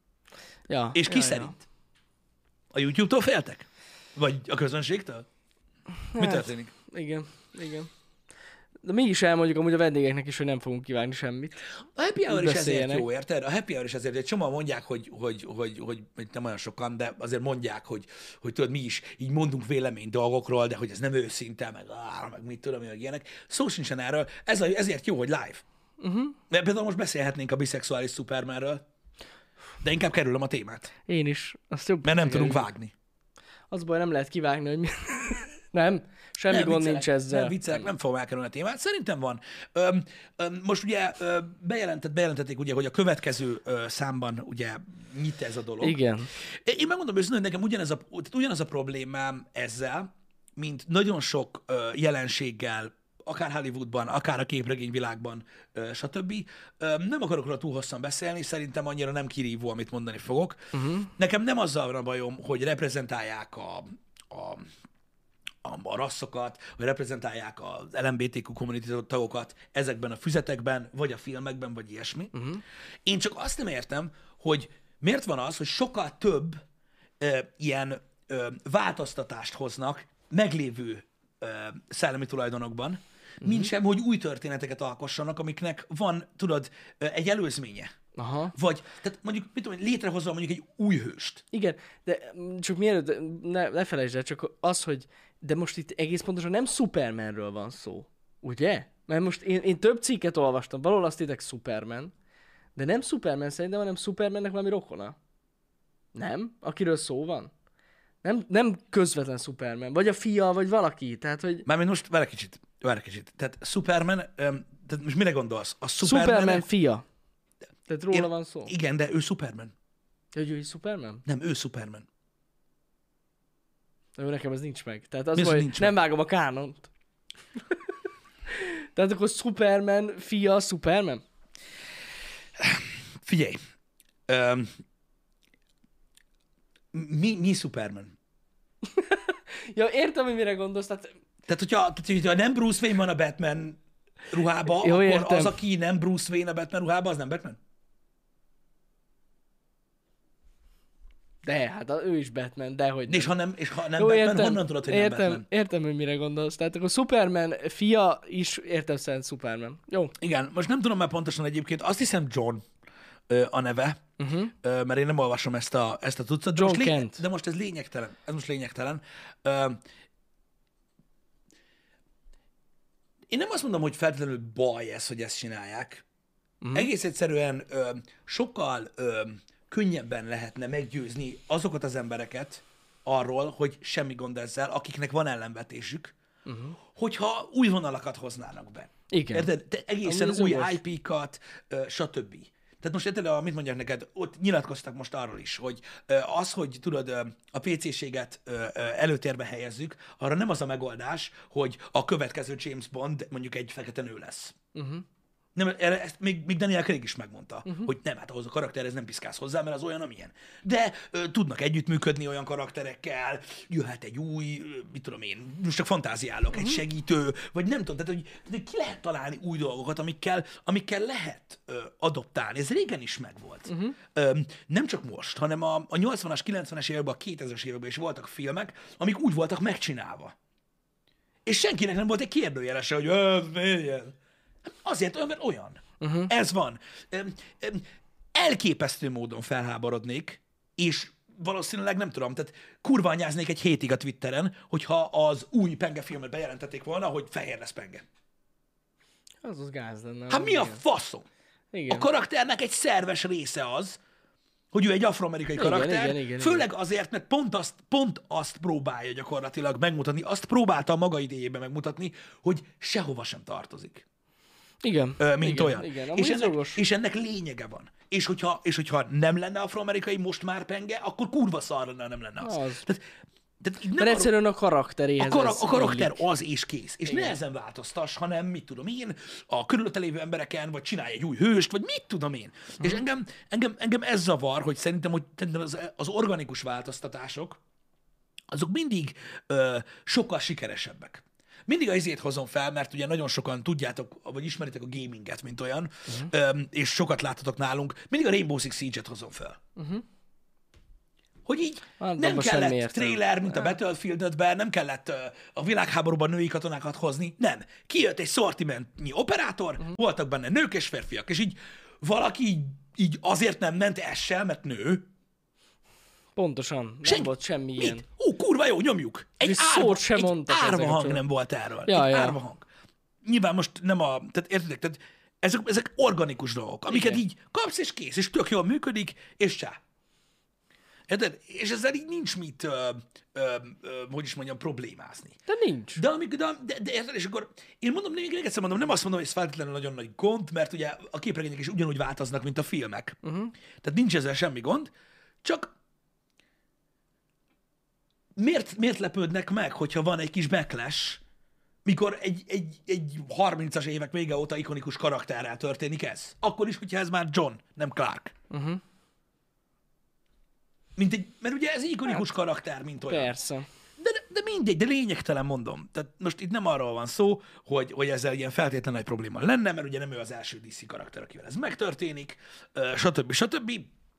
Ja, És ki ja, szerint? A YouTube-tól féltek? Vagy a közönségtől? Mi Hát, történik? Ja. Igen, igen. De mégis elmondjuk amúgy a vendégeknek is, hogy nem fogunk kivágni semmit. A happy hour is ezért Beszéljenek. jó, érted? A happy hour is ezért, egy csomóan mondják, hogy, hogy, hogy, hogy, hogy nem olyan sokan, de azért mondják, hogy, hogy tudod, mi is így mondunk vélemény dolgokról, de hogy ez nem őszinte, meg, áh, meg mit tudom, meg ilyenek. Szó sincsen erről, ez a, ezért jó, hogy live. Uh-huh. Mert például most beszélhetnénk a biszexuális Supermanről, de inkább kerülöm a témát, Én is. Azt jobb mert nem sikerül. tudunk vágni. Az baj, nem lehet kivágni, hogy mi... nem, semmi Nem gond viccelek, nincs ezzel. Nem viccelek, nem fogom elkerülni a témát. Szerintem van. Öm, öm, most ugye ö, bejelentett, bejelentették, ugye, hogy a következő ö, számban ugye nyit ez a dolog. Igen. Én megmondom őszintén, hogy nekem ugyanez a, tehát ugyanaz a problémám ezzel, mint nagyon sok ö, jelenséggel, akár Hollywoodban, akár a képregényvilágban, ö, stb. Ö, nem akarok róla túl hosszan beszélni, szerintem annyira nem kirívó, amit mondani fogok. Uh-huh. Nekem nem azzal van a bajom, hogy reprezentálják a, a a, a rasszokat, vagy reprezentálják az el em bé té kú community tagokat ezekben a füzetekben, vagy a filmekben, vagy ilyesmi. Uh-huh. Én csak azt nem értem, hogy miért van az, hogy sokkal több ö, ilyen ö, változtatást hoznak meglévő ö, szellemi tulajdonokban, uh-huh. mint sem, hogy új történeteket alkossanak, amiknek van, tudod, ö, egy előzménye. Aha. Vagy, tehát mondjuk, mit tudom, én, létrehozva mondjuk egy új hőst. Igen, de mm, csak mielőtt, ne, ne felejtsd el, csak az, hogy de most itt egész pontosan nem Supermanről van szó, ugye? Mert most én, én több cikket olvastam, valahol azt írták Superman, de nem Superman szerintem, hanem Supermannek valami rokona. Nem? Akiről szó van? Nem, nem közvetlen Superman, vagy a fia, vagy valaki, tehát hogy... Mármint most, várj egy kicsit, várj egy kicsit. Tehát Superman, öm, tehát most mire gondolsz? A Superman... Superman fia. Tehát róla Én- van szó. Igen, de ő Superman. Hogy ő is Superman? Nem, ő Superman. Jó, nekem ez nincs meg. Tehát az, Mi az, hogy hogy nincs nem vágom a kánont. Tehát akkor Superman fia Superman? Figyelj. Öm, mi, mi Superman? Ja, értem, hogy mire gondolsz. Tehát... Tehát hogyha, tehát, hogyha nem Bruce Wayne van a Batman ruhába, Jó, akkor értem. az, aki nem Bruce Wayne a Batman ruhába, az nem Batman? De, hát a- ő is Batman, de hogy És ha nem, és ha nem Jó, Batman, értem, honnan tudod, hogy értem, nem Batman? Értem, hogy mire gondolsz. Tehát akkor Superman fia is értem szerint Superman. Jó. Igen, most nem tudom már pontosan egyébként, azt hiszem John ö, a neve, Uh-huh. ö, mert én nem olvasom ezt a, ezt a tucat, de John most, lény- Kent. de most ez lényegtelen. Ez most lényegtelen. Ö, én nem azt mondom, hogy feltétlenül baj ez, hogy ezt csinálják. Uh-huh. Egész egyszerűen ö, sokkal ö, könnyebben lehetne meggyőzni azokat az embereket arról, hogy semmi gond ezzel, akiknek van ellenvetésük, uh-huh. hogyha új vonalakat hoznának be. Igen. Érted? De egészen Amúgy ez új jogos. i pé-kat, ö, stb. Tehát most érted, a- mit mondjak neked, ott nyilatkoztak most arról is, hogy ö, az, hogy tudod, ö, a pé cé-séget ö, ö, előtérbe helyezzük, arra nem az a megoldás, hogy a következő James Bond mondjuk egy fekete nő lesz. Uh-huh. Nem, erre, ezt még, még Daniel Craig is megmondta, uh-huh. hogy nem, hát ahhoz a karakterhez nem piszkálsz hozzá, mert az olyan, amilyen. De ö, tudnak együttműködni olyan karakterekkel, jöhet egy új, ö, mit tudom én, most csak fantáziálok, uh-huh. egy segítő, vagy nem tudom, tehát hogy, hogy ki lehet találni új dolgokat, amikkel, amikkel lehet ö, adoptálni. Ez régen is megvolt. Uh-huh. Ö, nem csak most, hanem a, a nyolcvanas, kilencvenes években, a kétezres években is voltak filmek, amik úgy voltak megcsinálva. És senkinek nem volt egy kérdőjelese, hogy ez milyen. Azért olyan, mert olyan. Uh-huh. Ez van. Öm, öm, elképesztő módon felháborodnék, és valószínűleg nem tudom, tehát kurva anyáznék egy hétig a Twitteren, hogyha az új Penge filmet bejelentették volna, hogy fehér lesz Penge. Az az gáz lenne. Hát mi a faszom? Igen. A karakternek egy szerves része az, hogy ő egy afroamerikai igen, karakter, igen, igen, főleg igen. azért, mert pont azt, pont azt próbálja gyakorlatilag megmutatni, azt próbálta a maga idejében megmutatni, hogy sehova sem tartozik. Igen. Ö, mint igen, olyan. Igen, és, ennek, és ennek lényege van. És hogyha, és hogyha nem lenne afroamerikai most már Penge, akkor kurva szar lenne, nem lenne az. az. Tehát, tehát nem mert arra, egyszerűen a karakteréhez a, kara, a karakter illik. az és kész. És igen. ne ezen változtass, hanem mit tudom én, a körülötte lévő embereken, vagy csinálj egy új hőst, vagy mit tudom én. Uh-huh. És engem, engem, engem ez zavar, hogy szerintem hogy az, az organikus változtatások, azok mindig ö, sokkal sikeresebbek. Mindig a izét hozom fel, mert ugye nagyon sokan tudjátok, vagy ismeritek a gaminget, mint olyan, uh-huh. és sokat láttatok nálunk. Mindig a Rainbow Six Siege-et hozom fel. Uh-huh. Hogy így hát, nem kellett trailer, mint a Battlefield-ben, nem kellett a világháborúban női katonákat hozni, nem. Kijött egy szortimentnyi operátor, uh-huh. voltak benne nők és férfiak, és így valaki így, így azért nem ment essel, mert nő. Pontosan, nem Senki. volt semmi Mit? ilyen. Ó, kurva jó, nyomjuk. Egy árva, egy árva hang nem volt erről. Ja, egy ja. árva hang. Nyilván most nem a... Tehát értitek? Tehát ezek, ezek organikus dolgok, amiket igen. így kapsz és kész, és tök jól működik, és csá. Érted? És ezzel így nincs mit, ö, ö, ö, hogy is mondjam, problémázni. De nincs. De, amik, de, de, de érted? És akkor én mondom, még egyszer mondom, nem azt mondom, hogy ez feltétlenül nagyon nagy gond, mert ugye a képregények is ugyanúgy változnak, mint a filmek. Uh-huh. Tehát nincs ezzel semmi gond, csak Miért, miért lepődnek meg, hogyha van egy kis backlash, mikor egy, egy, egy harmincas évek vége óta ikonikus karakterrel történik ez? Akkor is, hogyha ez már John, nem Clark. Uh-huh. Mint egy, mert ugye ez ikonikus hát, karakter, mint olyan. Persze. De, de mindegy, de lényegtelen mondom. Tehát most itt nem arról van szó, hogy, hogy ezzel ilyen feltétlenül nagy probléma lenne, mert ugye nem ő az első dé cé karakter, akivel ez megtörténik, stb. stb.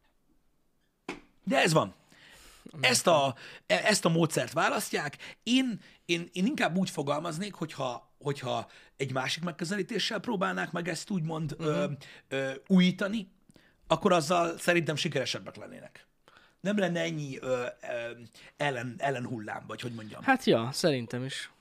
De ez van. Ezt a, ezt a módszert választják. Én, én, én inkább úgy fogalmaznék, hogyha, hogyha egy másik megközelítéssel próbálnák meg ezt úgymond uh-huh. ö, ö, újítani, akkor azzal szerintem sikeresebbek lennének. Nem lenne ennyi ö, ö, ellen, ellenhullám, vagy hogy mondjam. Hát ja, szerintem is.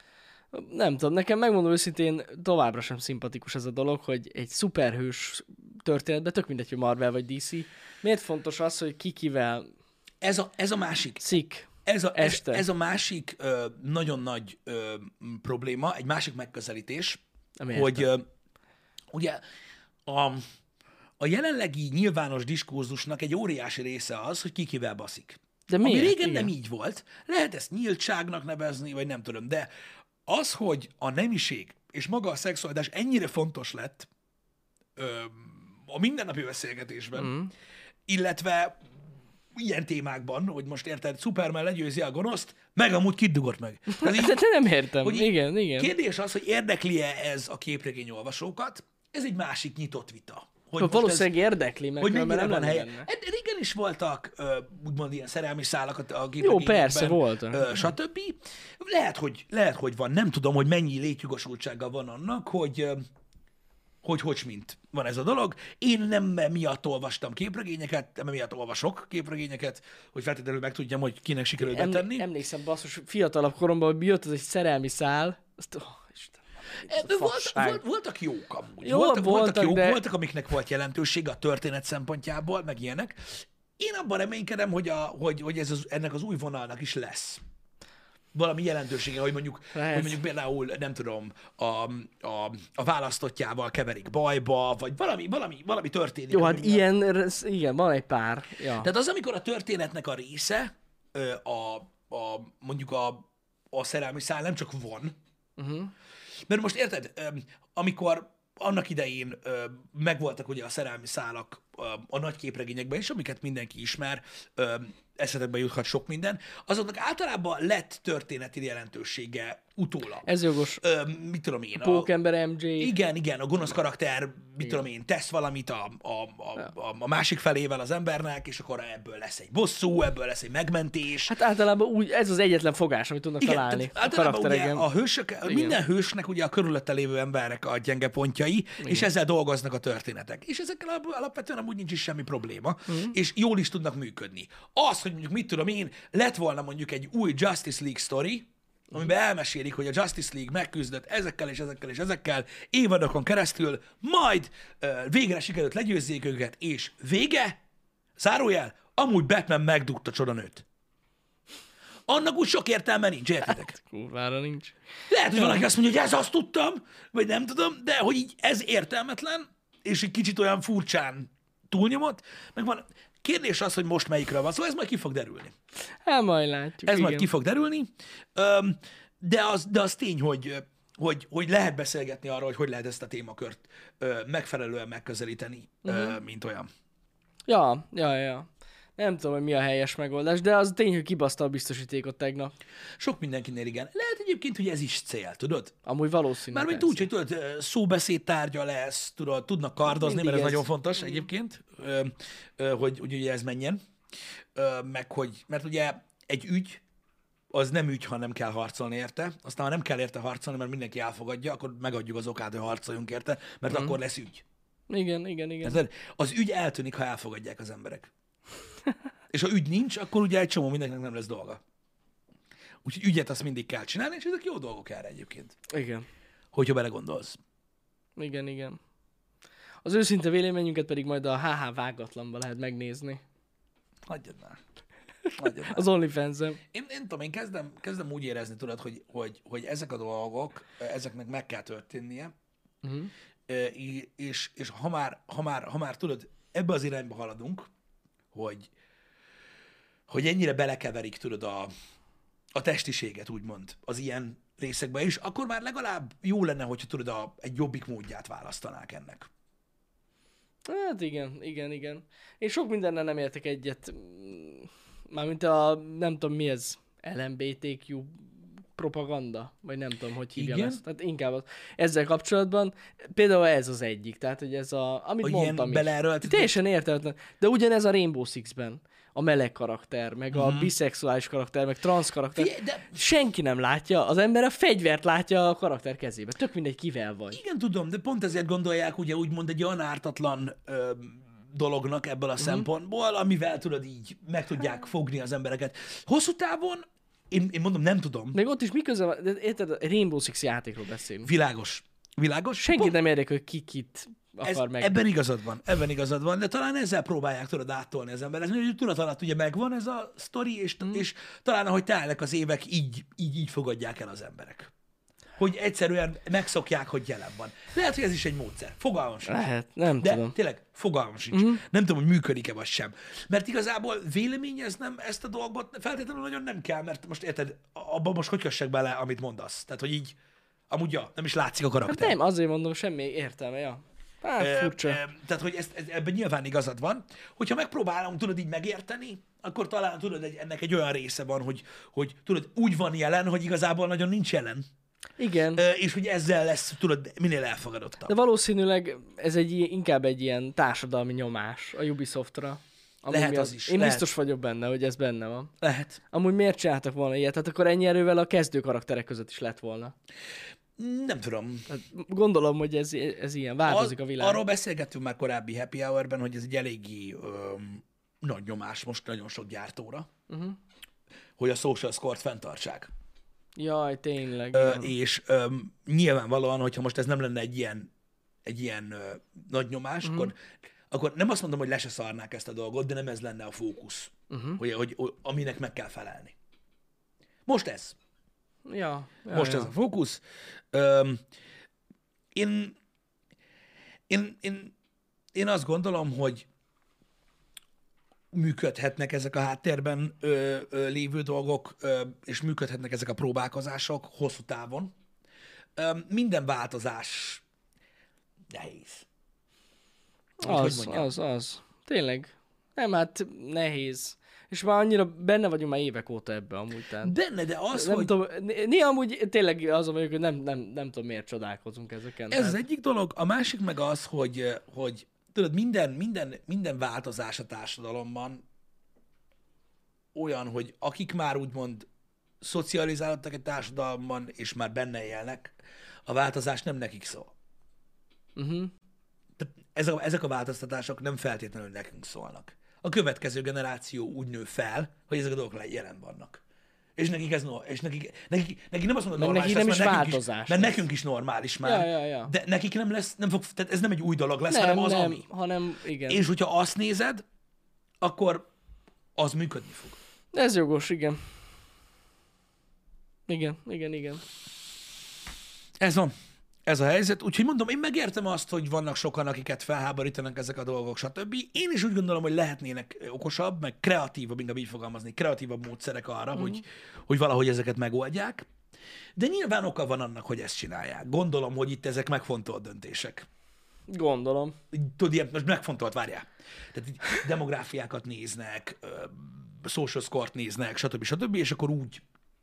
Nem tudom, nekem megmondom őszintén továbbra sem szimpatikus ez a dolog, hogy egy szuperhős történetben, tök mindegy, hogy Marvel vagy dé cé, miért fontos az, hogy ki kivel Ez a, ez a másik. Szik. Ez a, ez, ez a másik ö, nagyon nagy ö, probléma, egy másik megközelítés, Nem hogy ö, ugye a, a jelenlegi nyilvános diskurzusnak egy óriási része az, hogy ki kivel baszik. De miért? Ami régen Igen. nem így volt. Lehet ezt nyíltságnak nevezni, vagy nem tudom, de az, hogy a nemiség és maga a szexualitás ennyire fontos lett ö, a mindennapi beszélgetésben, mm. illetve ilyen témákban, hogy most érted, Superman legyőzi a gonoszt, meg amúgy kit dugott meg. De így, nem értem. Hogy igen, igen. Kérdés az, hogy érdekli-e ez a képregény olvasókat? Ez egy másik nyitott vita. Hogy valószínűleg ez, érdekli, meg hogy mennyire nem van helye. Benne. Régen is voltak uh, úgymond ilyen szerelmi szálak a képregényekben. Jó, persze, voltak. Uh, stb. Lehet hogy, lehet, hogy van. Nem tudom, hogy mennyi létjogosultsága van annak, hogy uh, hogy hogy mint van ez a dolog. Én nem miatt olvastam képregényeket, nem miatt olvasok képregényeket, hogy feltétlenül megtudjam, hogy kinek sikerül Em, betenni. Emlékszem, basszus, fiatalabb koromban, hogy jött az egy szerelmi szál. Azt, oh, Isten, volt, volt, voltak jók amúgy. Jó, voltak, voltak, voltak, jók, de... voltak, amiknek volt jelentősége a történet szempontjából, meg ilyenek. Én abban reménykedem, hogy, a, hogy, hogy ez az, ennek az új vonalnak is lesz valami jelentősége, hogy mondjuk, hogy mondjuk például, nem tudom, a, a, a választottjával keverik bajba, vagy valami, valami, valami történik. Jó, hát ilyen, igen, van egy pár. Ja. Tehát az, amikor a történetnek a része, a, a, mondjuk a, a szerelmi szál nem csak van, uh-huh. mert most érted, amikor annak idején ö, megvoltak ugye a szerelmi szálak ö, a nagy képregényekben is, amiket mindenki ismer, ö, eszetekbe juthat sok minden, azoknak általában lett történeti jelentősége utólag. Ez jogos. Ö, mit tudom én. A Pókember em jé. Igen, igen, a gonosz karakter, mit igen. tudom én, tesz valamit a, a, a, a, a másik felével az embernek, és akkor ebből lesz egy bosszú, ebből lesz egy megmentés. Hát általában úgy, ez az egyetlen fogás, amit tudnak Igen, találni tehát a általában ugye karaktereken. a hősök, igen. minden hősnek ugye a körülötte lévő emberek a gyenge pontjai, igen. és ezzel dolgoznak a történetek. És ezekkel alap- alapvetően amúgy nincs is semmi probléma, uh-huh. és jól is tudnak működni. Az, hogy mondjuk mit tudom én, lett volna mondjuk egy új Justice League story, amiben elmesélik, hogy a Justice League megküzdött ezekkel és ezekkel és ezekkel évadokon keresztül, majd uh, végre sikerült legyőzzék őket, és vége, zárójel, amúgy Batman megdugta csodanőt. Annak úgy sok értelme nincs, értitek? Hát, kurvára nincs. Lehet, hogy valaki azt mondja, hogy ez azt tudtam, vagy nem tudom, de hogy így ez értelmetlen, és egy kicsit olyan furcsán túlnyomott, meg van, kérdés az, hogy most melyikről van szó, szóval ez majd ki fog derülni. Hát majd látjuk. Ez igen. majd ki fog derülni, Öm, de az, de az tény, hogy, hogy, hogy lehet beszélgetni arról, hogy hogy lehet ezt a témakört ö, megfelelően megközelíteni, uh-huh. ö, mint olyan. Ja, ja, ja. Nem tudom, hogy mi a helyes megoldás, de az tény, hogy kibaszta a biztosítékot tegnap. Sok mindenkinél igen. Lehet egyébként, hogy ez is cél, tudod? Amúgy valószínű. Mármint úgy, hogy tudod, szóbeszéd tárgya lesz, tudod, tudnak kardozni, Mindig mert ez, ez. nagyon fontos egyébként, ö, ö, hogy, hogy ugye ez menjen. Ö, meg hogy, mert ugye egy ügy, az nem ügy, ha nem kell harcolni érte. Aztán, ha nem kell érte harcolni, mert mindenki elfogadja, akkor megadjuk az okát, hogy harcoljunk érte, mert mm. akkor lesz ügy. Igen, igen, igen. Ez, az ügy eltűnik, ha elfogadják az emberek. És ha ügy nincs, akkor ugye egy csomó mindenkinek nem lesz dolga. Úgyhogy ügyet azt mindig kell csinálni, és ezek jó dolgok erre egyébként. Igen. Hogyha belegondolsz. Igen, igen. Az őszinte véleményünket pedig majd a há há vágatlanba lehet megnézni. Hagyjad már. Hagyjad már. Az OnlyFans-en. Én, én tudom, én kezdem, kezdem úgy érezni, tudod, hogy, hogy, hogy ezek a dolgok, ezeknek meg kell történnie, Uh-huh. és, és ha, már, ha, már, ha már tudod, ebbe az irányba haladunk, hogy, hogy ennyire belekeverik, tudod, a, a testiséget, úgymond, az ilyen részekbe is, akkor már legalább jó lenne, hogyha tudod, a, egy jobbik módját választanák ennek. Hát igen, igen, igen. Én sok mindennel nem értek egyet. Mármint a, nem tudom mi ez, el em bé té kú propaganda, vagy nem tudom, hogy hívjam igen? ezt. Tehát inkább az. Ezzel kapcsolatban például ez az egyik. Tehát, hogy ez a, amit A mondtam ilyen is. Teljesen értelmetlen. De ugyanez a Rainbow Six-ben. A meleg karakter, meg a uh-huh. biszexuális karakter, meg transz karakter. Figyelj, de... Senki nem látja, az ember a fegyvert látja a karakter kezébe. Tök mindegy, kivel vagy. Igen, tudom, de pont ezért gondolják ugye úgymond egy olyan ártatlan ö, dolognak ebből a uh-huh. szempontból, amivel tudod így meg tudják fogni az embereket. Hosszú távon, én, én mondom, nem tudom. Meg ott is mi köze van, de érted, a Rainbow Six játékról beszélünk. Világos. Világos. Senkit Pont, nem érdekel, hogy ki kit akar ez, meg. ebben igazad van, ebben igazad van, de talán ezzel próbálják tudod áttolni az ember. Ez hogy tudat alatt ugye megvan ez a sztori, és, mm. és talán ahogy telnek az évek, így, így, így fogadják el az emberek. Hogy egyszerűen megszokják, hogy jelen van. Lehet, hogy ez is egy módszer. Fogalmam sincs. Lehet, nem De tudom. tényleg, fogalmam sincs. Mhm. Nem tudom, hogy működik-e vagy sem. Mert igazából véleményeznem ezt a dolgot feltétlenül nagyon nem kell, mert most érted, abban most hogy kössek bele, amit mondasz. Tehát, hogy így, amúgy ja, nem is látszik a Hát karakter. nem, azért mondom, semmi értelme, ja. Hát, Ö, furcsa. ö, Tehát, hogy ezt, ez, ebben nyilván igazad van. Hogyha megpróbálom, tudod, így megérteni, akkor talán tudod, egy, ennek egy olyan része van, hogy, hogy tudod, úgy van jelen, hogy igazából nagyon nincs jelen. Igen. Ö, és hogy ezzel lesz, tudod, minél elfogadottabb. De valószínűleg ez egy ilyen- inkább egy ilyen társadalmi nyomás a Ubisoftra. Amúgy Lehet mi az is, Én lehet. biztos vagyok benne, hogy ez benne van. Lehet. Amúgy miért csináltak volna ilyet? Hát akkor ennyi erővel a kezdő karakterek között is lett volna. Nem tudom. Hát gondolom, hogy ez, ez ilyen, változik a világ. Arról beszélgettünk már korábbi Happy Hour-ben, hogy ez egy eléggé öm, nagy nyomás most nagyon sok gyártóra, Uh-huh. hogy a social score-t fenntartsák. Jaj, tényleg. Ö, igen. és öm, nyilvánvalóan, hogyha most ez nem lenne egy ilyen, egy ilyen ö, nagy nyomás, Mhm. akkor, akkor nem azt mondom, hogy le se szarnák ezt a dolgot, de nem ez lenne a fókusz, Uh-huh. hogy, hogy, hogy, aminek meg kell felelni. Most ez. Ja, ja, Most ja. ez a fókusz. Öm, én, én, én, én azt gondolom, hogy működhetnek ezek a háttérben ö, ö, lévő dolgok, ö, és működhetnek ezek a próbálkozások hosszú távon. Ö, minden változás nehéz. Az, hogy mondjam? az, az. Tényleg. Nem, hát nehéz. És már annyira benne vagyunk már évek óta ebbe amúgy. Tehát Benne, de az, nem hogy tudom, né- néha amúgy tényleg azon vagyok, hogy nem, nem, nem tudom miért csodálkozunk ezeken. ez az tehát- egyik dolog, a másik meg az, hogy, hogy tudod, minden, minden, minden változás a társadalomban olyan, hogy akik már úgymond szocializálódtak egy társadalomban, és már benne élnek, a változás nem nekik szól. Uh-huh. Tehát ezek a, ezek a változtatások nem feltétlenül nekünk szólnak. A következő generáció úgy nő fel, hogy ezek a dolgok le- jelen vannak. És nekik ez no, és nekik, nekik, nekik nem azt mondom, Meg normális nekik nem lesz, is mert nekünk változás is, mert lesz. nekünk is normális már. Ja, ja, ja. De nekik nem lesz, nem fog, tehát ez nem egy új dolog lesz, Nem, hanem az, nem, ami. hanem igen. És hogyha azt nézed, akkor az működni fog. Ez jogos, igen. Igen, igen, igen. Ez van. Ez a helyzet. Úgyhogy mondom, én megértem azt, hogy vannak sokan, akiket felháborítanak ezek a dolgok, stb. Én is úgy gondolom, hogy lehetnének okosabb, meg kreatívabb, inkább így fogalmazni, kreatívabb módszerek arra, mm. hogy, hogy valahogy ezeket megoldják. De nyilván oka van annak, hogy ezt csinálják. Gondolom, hogy itt ezek megfontolt döntések. Gondolom. Így, tudod, ilyen, most megfontolt, várjál. Tehát így demográfiákat néznek, ö, social score-t néznek, stb. stb. És akkor úgy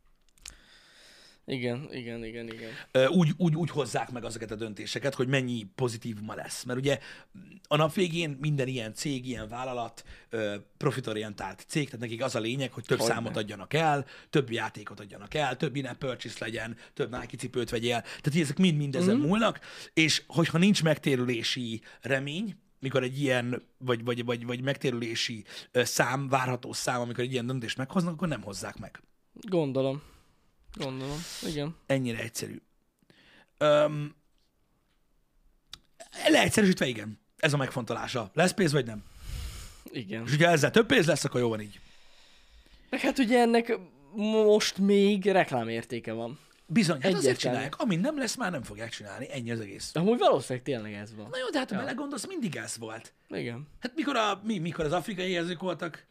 Igen, igen, igen, igen. Ö, úgy, úgy, úgy hozzák meg azokat a döntéseket, hogy mennyi pozitívuma lesz. Mert ugye a nap végén minden ilyen cég, ilyen vállalat ö, profitorientált cég, tehát nekik az a lényeg, hogy több Hogyne. számot adjanak el, több játékot adjanak el, több in-app purchase legyen, több Nike cipőt vegyél. Tehát így ezek mind-mind ezen mm-hmm. múlnak, és hogyha nincs megtérülési remény, mikor egy ilyen, vagy, vagy, vagy, vagy megtérülési ö, szám, várható szám, amikor egy ilyen döntést meghoznak, akkor nem hozzák meg. Gondolom. Gondolom. Igen. Ennyire egyszerű. Öm, leegyszerűsítve igen. Ez a megfontolása. Lesz pénz, vagy nem? Igen. És hogyha ezzel több pénz lesz, akkor jó van így. Meg hát ugye ennek most még reklámértéke van. Bizony, hát azért Egyértelmű. csinálják. Amint nem lesz, már nem fogják csinálni. Ennyi az egész. De amúgy valószínűleg tényleg ez van. Na jó, de hát ha Ja. belegondolsz, mindig ez volt. Igen. Hát mikor, a, mi, mikor az afrikai érzők voltak,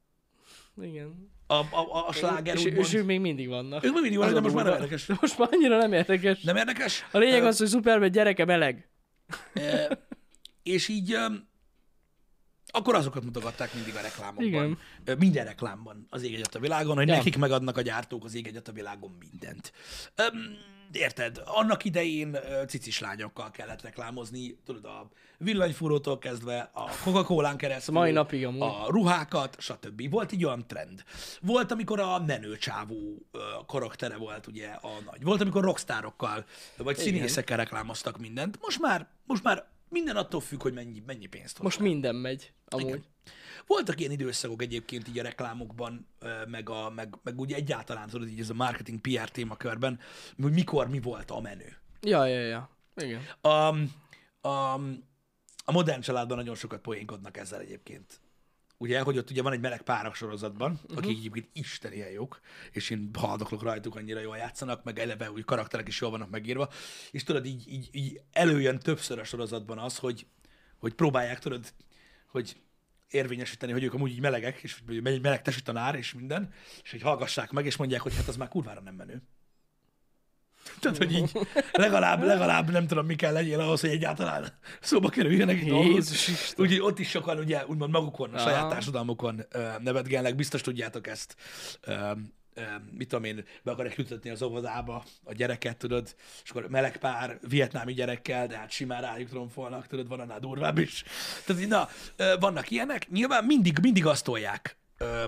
Igen. a, a, a sláger és, úgymond. és ők még mindig vannak. Ők még mindig Az vannak, a de most már nem durva. érdekes. De most már annyira nem érdekes. Nem érdekes? A lényeg Ö, az, hogy Superman gyereke meleg. e, és így öm, akkor azokat mutogatták mindig a reklámokban. Igen. Ö, Minden reklámban az ég egyet a világon, hogy Ja. nekik megadnak a gyártók az ég egyet a világon mindent. Öm, érted? Annak idején ö, cicis lányokkal kellett reklámozni, tudod, a villanyfúrótól kezdve, a Coca-Colán keresztül, A mai napig amúgy. a ruhákat, stb. Volt egy olyan trend. Volt, amikor a menőcsávó ö, karaktere volt ugye a nagy. Volt, amikor rockstárokkal, vagy Igen. színészekkel reklámoztak mindent. Most már, most már minden attól függ, hogy mennyi, mennyi pénzt hoz. Most minden megy. Amúgy. Igen. Voltak ilyen időszakok egyébként így a reklámokban, ö, meg, a, meg, meg úgy egyáltalán tudod, így ez a marketing pé er témakörben, hogy mikor mi volt a menő. Ja, ja, ja. Igen. A, a, a modern családban nagyon sokat poénkodnak ezzel egyébként. Ugye, hogy ott ugye van egy meleg párak sorozatban, uh-huh. akik egyébként isten ilyen jók, és én haldoklok rajtuk, annyira jól játszanak, meg eleve úgy karakterek is jól vannak megírva, és tudod, így, így, így előjön többször a sorozatban az, hogy, hogy próbálják, tudod, hogy érvényesíteni, hogy ők amúgy így melegek, és hogy megy egy meleg tesi tanár, és minden, és hogy hallgassák meg, és mondják, hogy hát az már kurvára nem menő. Tehát, hogy így legalább, legalább nem tudom, mi kell legyél ahhoz, hogy egyáltalán szóba kerüljenek egy dolgok. Jézus Isten. Úgyhogy ott is sokan ugye úgymond magukon, a Aha. saját társadalmukon ö, nevetgelnek, biztos tudjátok ezt. Ö, ö, mit tudom én, be akarják jutatni az óvodába a gyereket, tudod, és akkor meleg pár vietnámi gyerekkel, de hát simán rájuk tromfolnak, tudod, van annál durvább is. Tehát, na, ö, vannak ilyenek, nyilván mindig, mindig azt tolják. Ö,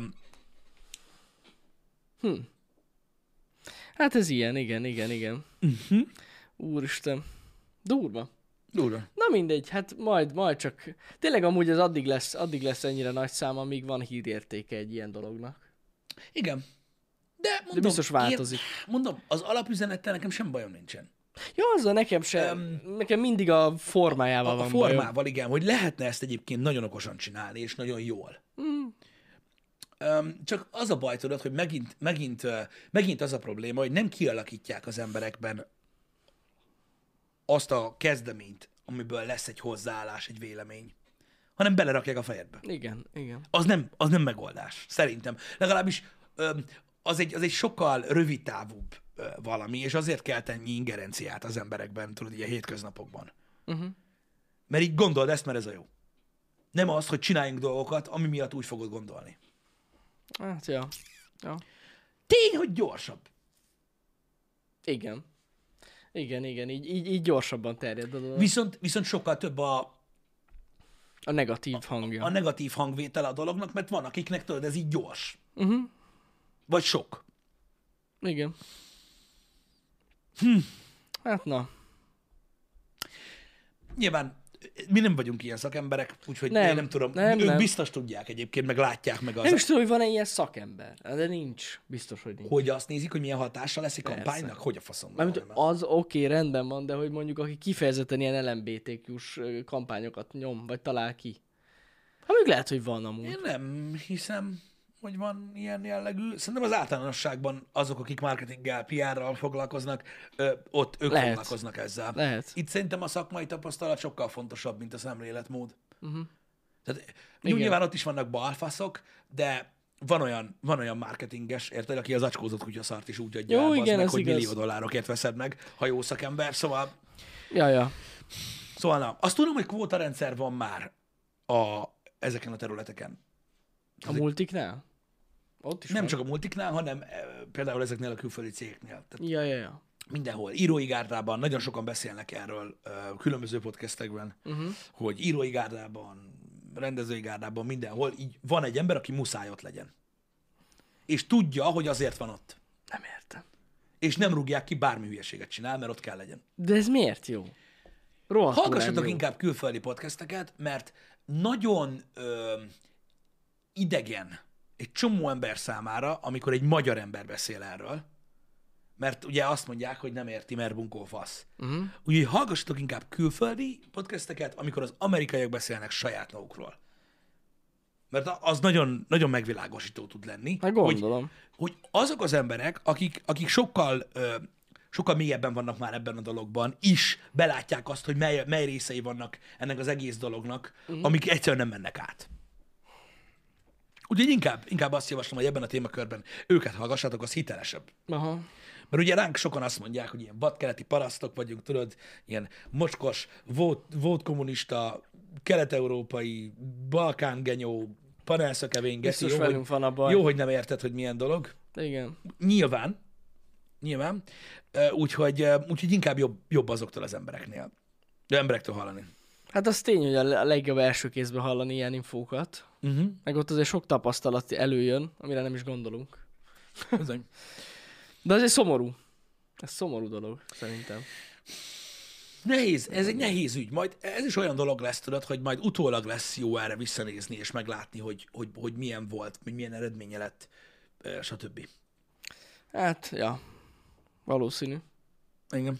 Hm. Hát ez ilyen, igen, igen, igen. uh-huh. Úristen. Durva. Durva. Na mindegy, hát majd, majd csak... Tényleg amúgy az addig lesz, addig lesz ennyire nagy szám, amíg van hírértéke egy ilyen dolognak. Igen. De, mondom, De biztos változik. Én, mondom, az alapüzenettel nekem sem bajom nincsen. Ja, azzal nekem sem. Um, nekem mindig a formájával A, a van formával, bajom. igen, hogy lehetne ezt egyébként nagyon okosan csinálni, és nagyon jól. Mm. Um, csak az a baj, tudod, hogy megint, megint, uh, megint az a probléma, hogy nem kialakítják az emberekben azt a kezdeményt, amiből lesz egy hozzáállás, egy vélemény, hanem belerakják a fejedbe. Igen, igen. Az nem, az nem megoldás, szerintem. Legalábbis um, az egy, az egy sokkal rövidtávúbb uh, valami, és azért kell tenni ingerenciát az emberekben, tudod, így a hétköznapokban. Uh-huh. Mert így gondold ezt, mert ez a jó. Nem az, hogy csináljunk dolgokat, ami miatt úgy fogod gondolni. Hát, ja. ja. Tény, hogy gyorsabb. Igen. Igen, igen, így, így, így gyorsabban terjed a dolog. Viszont, viszont sokkal több a, A negatív hangja. a negatív hangvétele a dolognak, mert van, akiknek tudod, ez így gyors. Uh-huh. Vagy sok. Igen. Hm. Hát na. Nyilván mi nem vagyunk ilyen szakemberek, úgyhogy Nem, én nem tudom. nem, ők nem. biztos tudják egyébként, meg látják meg az, Nem is tudom, hogy van-e ilyen szakember. De nincs. Biztos, hogy nincs. hogy azt nézik, hogy milyen hatása lesz egy Persze. kampánynak, hogy a faszom. Mármint az oké, okay, rendben van, de hogy mondjuk aki kifejezetten ilyen el em bé té kú-s kampányokat nyom, vagy talál ki. Hát még lehet, hogy van amúgy. Én nem hiszem, hogy van ilyen jellegű. Szerintem az általánosságban azok, akik marketinggel, pé er-ral foglalkoznak, ö, ott ők Lehet. foglalkoznak ezzel. Lehet. Itt szerintem a szakmai tapasztalat sokkal fontosabb, mint a szemléletmód. Uh-huh. Tehát, Igen. nyilván ott is vannak balfaszok, de van olyan, van olyan marketinges, érted, aki az acskózott kutyaszart is úgy adja Jó, el, bazd igen, meg, ez hogy igaz. millió dollárokért veszed meg, ha jó szakember. Szóval, Ja, ja. szóval na, azt tudom, hogy kvótarendszer van már a, ezeken a területeken. A multiknál? Ott is Nem van. csak a multiknál, hanem e, például ezeknél a külföldi cégeknél. Tehát Ja, ja, ja. mindenhol. Írói gárdában nagyon sokan beszélnek erről uh, különböző podcastekben, Uh-huh. hogy írói gárdában, rendezői gárdában, mindenhol így van egy ember, aki muszáj ott legyen. És tudja, hogy azért van ott. Nem értem. És nem rúgják ki, bármi hülyeséget csinál, mert ott kell legyen. De ez miért jó? Rohadtul nem Hallgassatok jó. inkább külföldi podcasteket, mert nagyon ö, idegen egy csomó ember számára, amikor egy magyar ember beszél erről, mert ugye azt mondják, hogy nem érti, mert bunkó fasz. Uh-huh. Úgyhogy hallgassatok inkább külföldi podcasteket, amikor az amerikaiak beszélnek saját magukról. Mert az nagyon, nagyon megvilágosító tud lenni. Hát gondolom. Hogy, hogy azok az emberek, akik, akik sokkal, ö, sokkal mélyebben vannak már ebben a dologban, is belátják azt, hogy mely, mely részei vannak ennek az egész dolognak, uh-huh. amik egyszerűen nem mennek át. Úgyhogy inkább, inkább azt javaslom, hogy ebben a témakörben őket hallgassátok, az hitelesebb. Aha. Mert ugye ránk sokan azt mondják, hogy ilyen vadkeleti parasztok vagyunk, tudod, ilyen mocskos, vót, vótkommunista, kelet-európai, balkángenyó, panelszökevény, geszi, Biztos jó, velünk hogy, van a baj. jó, hogy nem érted, hogy milyen dolog. Igen. Nyilván, nyilván, Ö, úgyhogy, ö, úgyhogy inkább jobb, jobb azoktól az embereknél. De emberektől hallani. Hát az tény, hogy a le- a legjobb első kézből hallani ilyen infókat. Uh-huh. Meg ott azért sok tapasztalat előjön, amire nem is gondolunk. Bizony. De ez egy szomorú. Ez szomorú dolog, szerintem. Nehéz, ez egy nehéz ügy. Majd ez is olyan dolog lesz, tudod, hogy majd utólag lesz jó erre visszanézni, és meglátni, hogy, hogy, hogy milyen volt, hogy milyen eredménye lett, ö, stb. Hát, ja. Valószínű. Igen.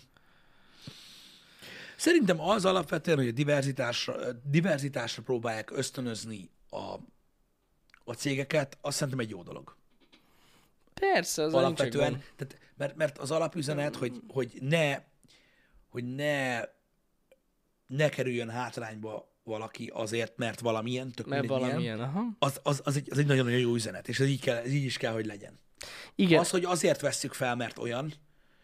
Szerintem az alapvetően, hogy a diverzitásra, diverzitásra próbálják ösztönözni a, a cégeket, azt szerintem egy jó dolog. Persze, az Alapvetően, tehát, mert, mert az alapüzenet, hogy, hogy ne, hogy ne, ne kerüljön hátrányba valaki azért, mert valamilyen, tök Mert mindegy milyen, valamilyen, aha. az, az, az, egy, az egy nagyon-nagyon jó üzenet, és ez így, kell, ez így is kell, hogy legyen. Igen. Az, hogy azért vesszük fel, mert olyan,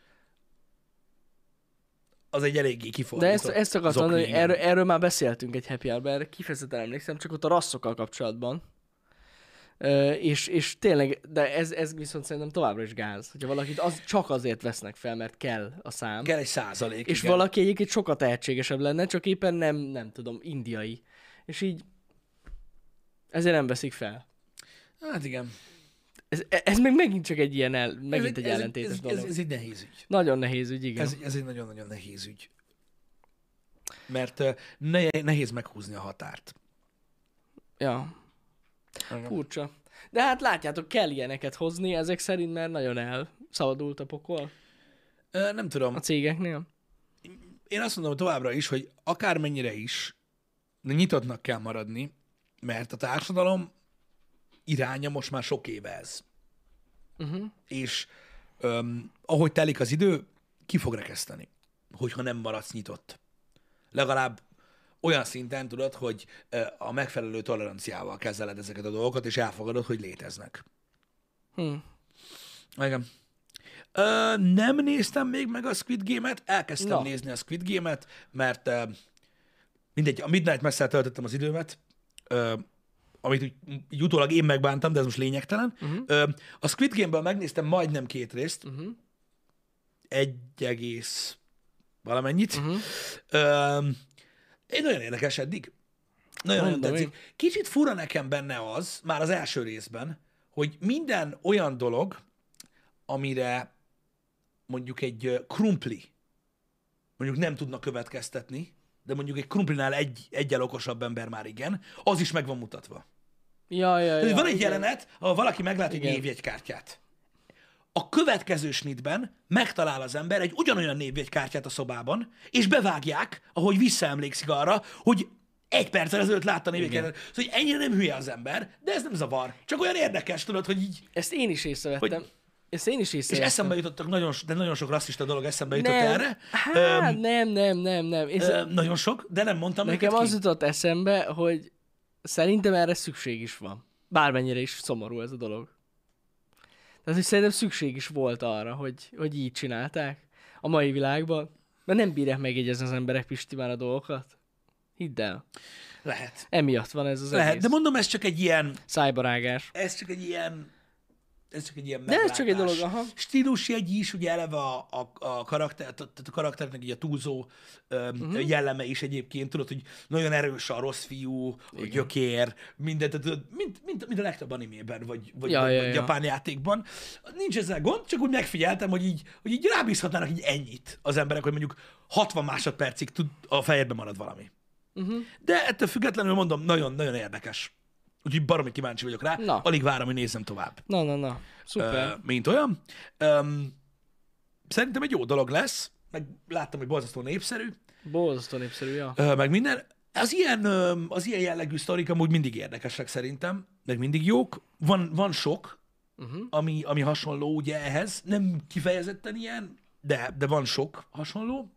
az egy eléggé kifordított De ezt, ezt akartam mondani, hogy zokni, erről, igen. erről már beszéltünk egy happy hour-ben, erre kifejezetten emlékszem, csak ott a rasszokkal kapcsolatban. Ö, és, és tényleg, de ez, ez viszont szerintem továbbra is gáz, hogyha valakit az csak azért vesznek fel, mert kell a szám. Kell egy százalék. És igen. valaki egyébként sokkal tehetségesebb lenne, csak éppen nem, nem tudom, indiai. És így ezért nem veszik fel. Hát igen. Ez, ez meg megint csak egy ilyen, el, megint ez, egy ez, ellentétes ez, dolog. ez, ez egy nehéz ügy. Nagyon nehéz ügy, igen. Ez, ez egy nagyon-nagyon nehéz ügy. Mert uh, ne, nehéz meghúzni a határt. Ja, Igen. furcsa. De hát látjátok, kell ilyeneket hozni, ezek szerint már nagyon elszabadult a pokol Uh, nem tudom. a cégeknél. Én azt mondom továbbra is, hogy akármennyire is nyitottnak kell maradni, mert a társadalom iránya most már sok éve ez. Uh-huh. És um, ahogy telik az idő, ki fog rekeszteni, hogyha nem maradsz nyitott. Legalább olyan szinten tudod, hogy uh, a megfelelő toleranciával kezeled ezeket a dolgokat, és elfogadod, hogy léteznek. Hm. Igen. Ö, nem néztem még meg a Squid Game-et, elkezdtem Na. nézni a Squid Game-et, mert ö, mindegy, a Midnight Mass-szel töltöttem az időmet, ö, amit úgy, így utólag én megbántam, de ez most lényegtelen. Uh-huh. Ö, a Squid Game-ből megnéztem majdnem két részt, uh-huh. egy egész valamennyit. Uh-huh. Ö, egy nagyon érdekes eddig. Nagyon-nagyon tetszik. Kicsit fura nekem benne az, már az első részben, hogy minden olyan dolog, amire mondjuk egy krumpli, mondjuk nem tudna következtetni, de mondjuk egy krumplinál egy, egyel okosabb ember már igen, az is meg van mutatva. Ja, ja, ja, van egy igen. jelenet, ahol valaki meglát egy névjegykártyát. A következő snitben megtalál az ember egy ugyanolyan névjegykártyát a szobában, és bevágják, ahogy visszaemlékszik arra, hogy egy perccel ezelőtt látta a névjegykártyát. Szóval, hogy ennyire nem hülye az ember, de ez nem zavar. Csak olyan érdekes, tudod, hogy így... Ezt én is észrevettem. Hogy... Ezt én is észrevettem. És eszembe jutottak, nagyon, de nagyon sok rasszista dolog eszembe jutott nem. erre. Hát um, nem, nem, nem, nem. És uh, nagyon sok, de nem mondtam nekem neked az ki. jutott eszembe, hogy szerintem erre szükség is van. Bármennyire is szomorú ez a dolog. Tehát, hogy szerintem szükség is volt arra, hogy, hogy így csinálták a mai világban. Mert nem bírják megjegyezni az emberek, Pisti, már a dolgokat. Hidd el. Lehet. Emiatt van ez az Lehet, egész. de mondom, ez csak egy ilyen... Szájbarágás. Ez csak egy ilyen... Ez csak egy ilyen De ez csak egy dolog, aha. Stílusjegy is, ugye eleve a, a, a karakter, tehát a karakternek így a túlzó um, uh-huh. jelleme is egyébként, tudod, hogy nagyon erős a rossz fiú, a gyökér, mindent, tudod, mint, mint, mint a legtöbb animében, vagy, vagy, ja, vagy, ja, vagy ja. japán játékban. Nincs ezzel gond, csak úgy megfigyeltem, hogy így, hogy így rábízhatnának így ennyit az emberek, hogy mondjuk hatvan másodpercig tud, a fejedben marad valami. Uh-huh. De ettől függetlenül mondom, nagyon-nagyon érdekes. Úgyhogy baromi kíváncsi vagyok rá. Na. Alig várom, hogy nézzem tovább. Na, na, na. Szuper. Uh, mint olyan. Um, szerintem egy jó dolog lesz. Meg láttam, hogy borzasztó népszerű. Borzasztó népszerű, ja. Uh, meg minden. Az ilyen, um, az ilyen jellegű sztorik amúgy mindig érdekesek szerintem. Meg mindig jók. Van, van sok, uh-huh. ami, ami hasonló ugye ehhez. Nem kifejezetten ilyen, de, de van sok hasonló.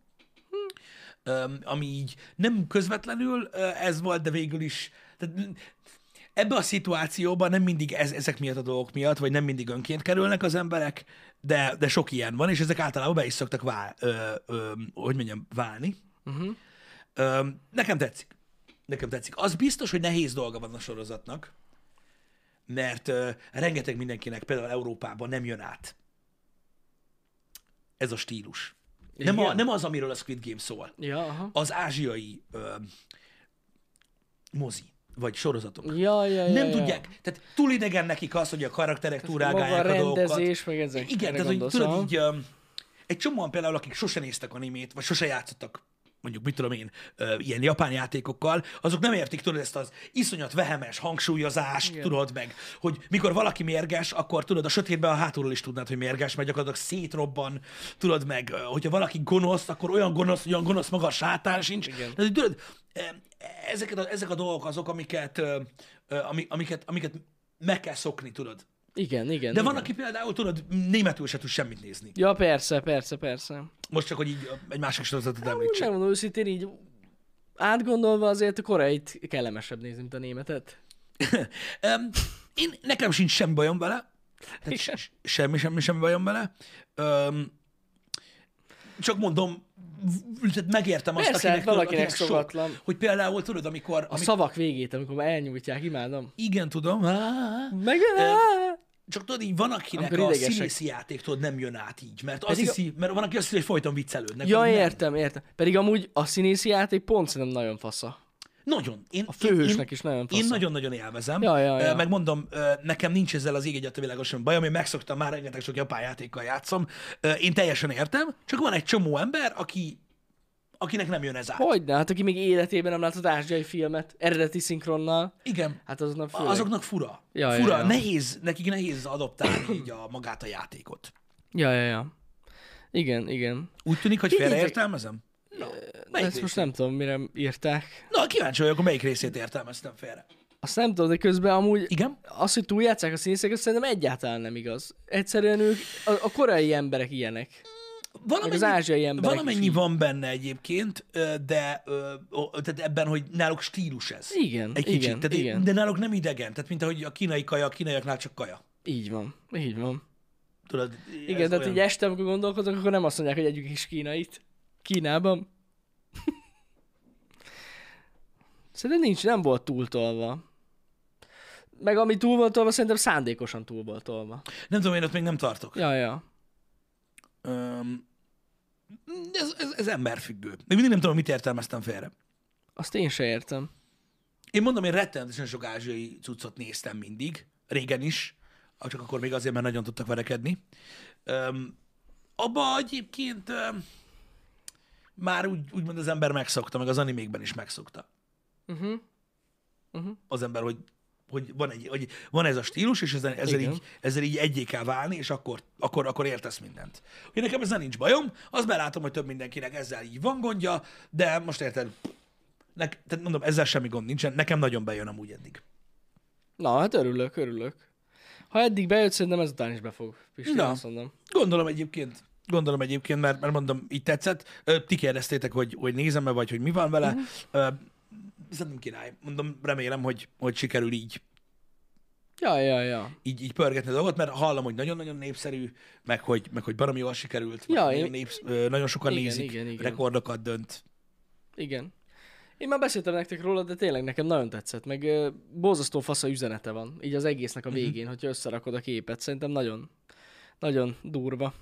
Um, ami így nem közvetlenül uh, ez volt, de végül is... Tehát, ebbe a szituációban nem mindig ez, ezek miatt a dolgok miatt, vagy nem mindig önként kerülnek az emberek, de, de sok ilyen van, és ezek általában be is szoktak vál, ö, ö, hogy mondjam, válni. Uh-huh. Ö, nekem tetszik. Nekem tetszik. Az biztos, hogy nehéz dolga van a sorozatnak, mert ö, rengeteg mindenkinek például Európában nem jön át ez a stílus. Nem, a, nem az, amiről a Squid Game szól. Ja, aha. Az ázsiai ö, mozi. Vagy sorozatok. Ja, ja, ja, nem ja. tudják. Tehát túl idegen nekik az, hogy a karakterek túl rágálják a a dolgokat. rendezés, meg ezek. Igen, tehát hogy tudod így, um, egy csomóan például, akik sose néztek animét, vagy sose játszottak, mondjuk, mit tudom én, uh, ilyen japán játékokkal, azok nem értik, tudod, ezt az iszonyat vehemes hangsúlyozást, igen. tudod meg, hogy mikor valaki mérges, akkor tudod, a sötétben a hátulról is tudnád, hogy mérges, mert gyakorlatilag szétrobban, tudod meg, hogyha valaki gonosz, akkor olyan gonosz, olyan gonosz maga a sátán sincs. Igen. Tehát, tudod, ezeket a, ezek a dolgok azok, amiket, amiket, amiket meg kell szokni, tudod. Igen, igen. De igen. van, aki például, tudod, németül se tud semmit nézni. Ja, persze, persze, persze. Most csak, hogy így egy másik sorozatot Hát, említsek. Nem mondom őszintén, így átgondolva azért a koreait kellemesebb nézni, mint a németet. um, én, nekem sincs semmi bajom vele. Tehát semmi, semmi, semmi bajom vele. Um, csak mondom, megértem azt, persze, akinek, valakinek akinek szokatlan. sok, hogy például tudod, amikor... A amikor... szavak végét, amikor már elnyújtják, imádom. Igen, tudom. Meg... Csak tudod, így van, akinek a színészi játék tudod, nem jön át így, mert, azt hiszi, mert van, aki azt hiszi, hogy folyton viccelődnek. Ja, értem, értem. Pedig amúgy a színészi játék pont szerintem nagyon fasza. Nagyon. Én, a főhősnek én, is nagyon fasza. Én nagyon-nagyon élvezem. Ja, ja, ja. Megmondom, nekem nincs ezzel az ég egyet világosan bajom, én megszoktam, már rengeteg sok japán játékkal játszom. Én teljesen értem, csak van egy csomó ember, aki, akinek nem jön ez át. Hogyne, hát aki még életében nem látott ázsiai filmet, eredeti szinkronnal. Igen. Hát azoknak főleg. Azoknak fura. Ja, fura, ja, ja. nehéz, nekik nehéz adoptálni így a magát a játékot. Ja, ja, ja. Igen, igen. Úgy tűnik, hogy félreértelmezem? No, ezt részét? Most nem tudom, mire írták. Na, kíváncsi vagyok, melyik részét értelmeztem félre. Azt nem tudom, de közben amúgy igen? Az, hogy túljátszák a színészeket, szerintem egyáltalán nem igaz. Egyszerűen ők, a, a koreai emberek ilyenek. Valamennyi, az ázsiai emberek valamennyi van benne egyébként, de tehát ebben, hogy náluk stílus ez. Igen, egy kicsit. igen, tehát, igen. De náluk nem idegen, tehát mint ahogy a kínai kaja, a kínaiaknál csak kaja. Így van, így van. Tudod, igen, tehát olyan... így este, amikor gondolkodok, akkor nem azt mondják, hogy együk is kínait. Kínában. Szerintem nincs, nem volt túltolva. Meg ami túl volt tolva, szerintem szándékosan túl volt tolva. Nem tudom, én ott még nem tartok. Ja, ja. Um, ez, ez, ez emberfüggő. Még mindig nem tudom, mit értelmeztem félre. Azt én se értem. Én mondom, én rettenetesen sok ázsiai cuccot néztem mindig, régen is, csak akkor még azért, mert nagyon tudtak verekedni. Um, abba egyébként um, már úgy, úgymond az ember megszokta, meg az animékben is megszokta. Uh-huh. Uh-huh. Az ember, hogy, hogy, van, egy, hogy van ez a stílus, és ezzel, ezzel, Igen. így, ezzel így egyé kell válni, és akkor, akkor, akkor értesz mindent. Hogy nekem ezzel nincs bajom, azt belátom, hogy több mindenkinek ezzel így van gondja, de most érted, ne, tehát mondom, ezzel semmi gond nincsen, nekem nagyon bejön amúgy eddig. Na, hát örülök, örülök. Ha eddig bejött, szerintem ezután is be fog. Pisti, Na. azt mondom. Gondolom egyébként, gondolom egyébként, mert, mert mondom, így tetszett. Ö, Ti kérdeztétek, hogy, hogy nézem-e, vagy hogy mi van vele. Mhm. Uh-huh. Szerintem király. Mondom, remélem, hogy, hogy sikerül így, Ja, ja, ja. így, így pörgetni a dolgot, mert hallom, hogy nagyon-nagyon népszerű, meg hogy, meg hogy baromi jól sikerült. Ja, meg én- nagyon, népsz, ö, nagyon sokan Igen, nézik, igen, igen. rekordokat dönt. Igen. Én már beszéltem nektek róla, de tényleg nekem nagyon tetszett, meg uh, borzasztó fasz a üzenete van, így az egésznek a végén, uh-huh. hogyha összerakod a képet. Szerintem nagyon, nagyon durva.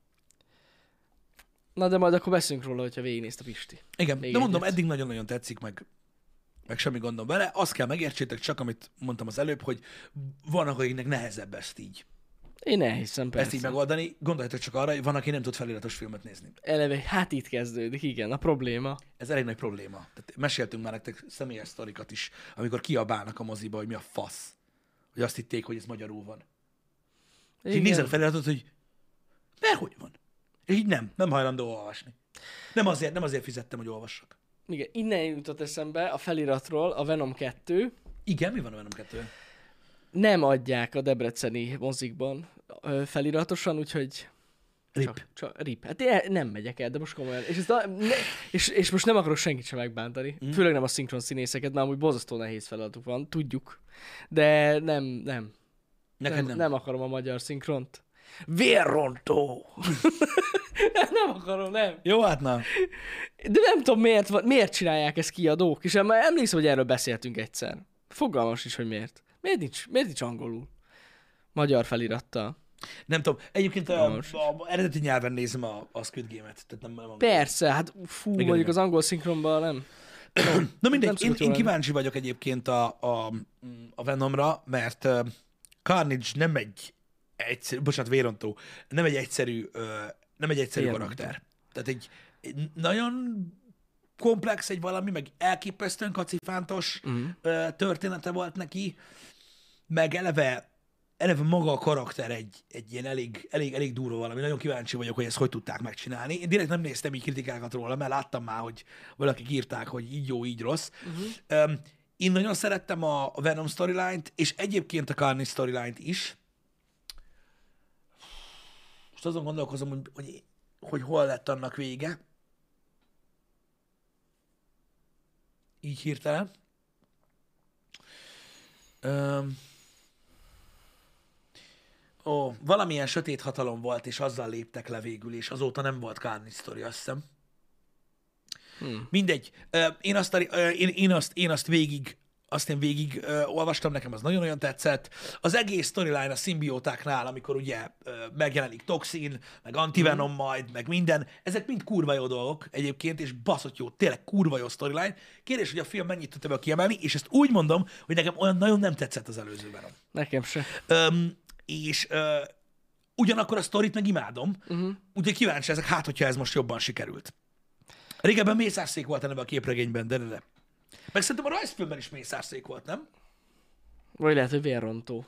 Na de majd akkor beszélünk róla, hogyha végignézte Pisti. Igen, Még de mondom, egyet. eddig nagyon-nagyon tetszik, meg, meg semmi gondom vele. Azt kell megértsétek csak, amit mondtam az előbb, hogy vannak, akiknek nehezebb ezt így, Én elhiszem, persze. ezt így megoldani. Gondoljatok csak arra, hogy van, aki nem tud feliratos filmet nézni. Eleve, hát itt kezdődik, igen, a probléma. Ez elég nagy probléma. Tehát meséltünk már nektek személyes sztorikat is, amikor kiabálnak a moziba, hogy mi a fasz. Hogy azt hitték, hogy ez magyarul van. És így Igen. nézel a feliratot, hogy mert hogy van? És így nem, nem hajlandó olvasni. Nem azért, nem azért fizettem, hogy olvassak. Igen, innen jutott eszembe a feliratról a Venom kettő. Igen, mi van a Venom kettőn? Nem adják a debreceni mozikban ö, feliratosan, úgyhogy Rip. Csak, csak rip. Hát én nem megyek el, de most komolyan. És, ezt a, ne, és, és most nem akarok senkit sem megbántani. Mm. Főleg nem a szinkron színészeket, mert amúgy borzasztó nehéz feladatuk van, tudjuk. De nem, nem. Neked nem, nem. nem akarom a magyar szinkront. Vérrontó! nem akarom, nem. Jó, hát na. De nem tudom, miért, van- miért csinálják ezt kiadók, és már emlékszem, hogy erről beszéltünk egyszer. Fogalmas is, hogy miért. Miért nincs, miért nincs angolul? Magyar felirattal. Nem tudom. Egyébként a, Most. a, a eredeti nyelven nézem a, a Squid Game-et. Tehát nem, nem angol. Persze, hát fú, Igen, mondjuk igen. az angol szinkronban nem. Na Nem mindegy, én, szokott jól én lenni. kíváncsi vagyok egyébként a, a, a Venomra, mert uh, Carnage nem egy egyszerű, bocsánat, vérontó, nem egy egyszerű, uh, nem egy egyszerű Vérontó. karakter. Tehát egy, egy nagyon komplex egy valami, meg elképesztően kacifántos Mhm. uh, története volt neki, meg eleve, eleve maga a karakter egy, egy ilyen elég, elég, elég durva valami. Nagyon kíváncsi vagyok, hogy ezt hogy tudták megcsinálni. Én direkt nem néztem így kritikákat róla, mert láttam már, hogy valakik írták, hogy így jó, így rossz. Uh-huh. Um, én nagyon szerettem a a Venom storyline-t, és egyébként a Carnage storyline-t is. Most azon gondolkozom, hogy, hogy, hogy hol lett annak vége. Így hirtelen. Um, Ó, valamilyen sötét hatalom volt, és azzal léptek le végül, és azóta nem volt Carnage sztori, azt hiszem. Hmm. Mindegy. Ö, Én azt, a- ö, én, én azt, én azt végig, azt én végig ö, olvastam, nekem az nagyon-nagyon tetszett. Az egész storyline a szimbiótáknál, amikor ugye ö, megjelenik Toxin, meg Antivenom majd, meg minden, ezek mind kurva jó dolgok egyébként, és baszott jó, tényleg kurva jó storyline. Kérdés, hogy a film mennyit tud ebből kiemelni, és ezt úgy mondom, hogy nekem olyan nagyon nem tetszett az előző Venom. Nekem se. Öm, és ö, ugyanakkor a sztorit meg imádom, uh-huh. úgyhogy kíváncsi ezek, hát, hogyha ez most jobban sikerült. Régebben mészárszék volt ennek a képregényben, de, de, de. Meg szerintem a rajzfilmben is mészárszék volt, nem? Vagy lehet, hogy vérrontó.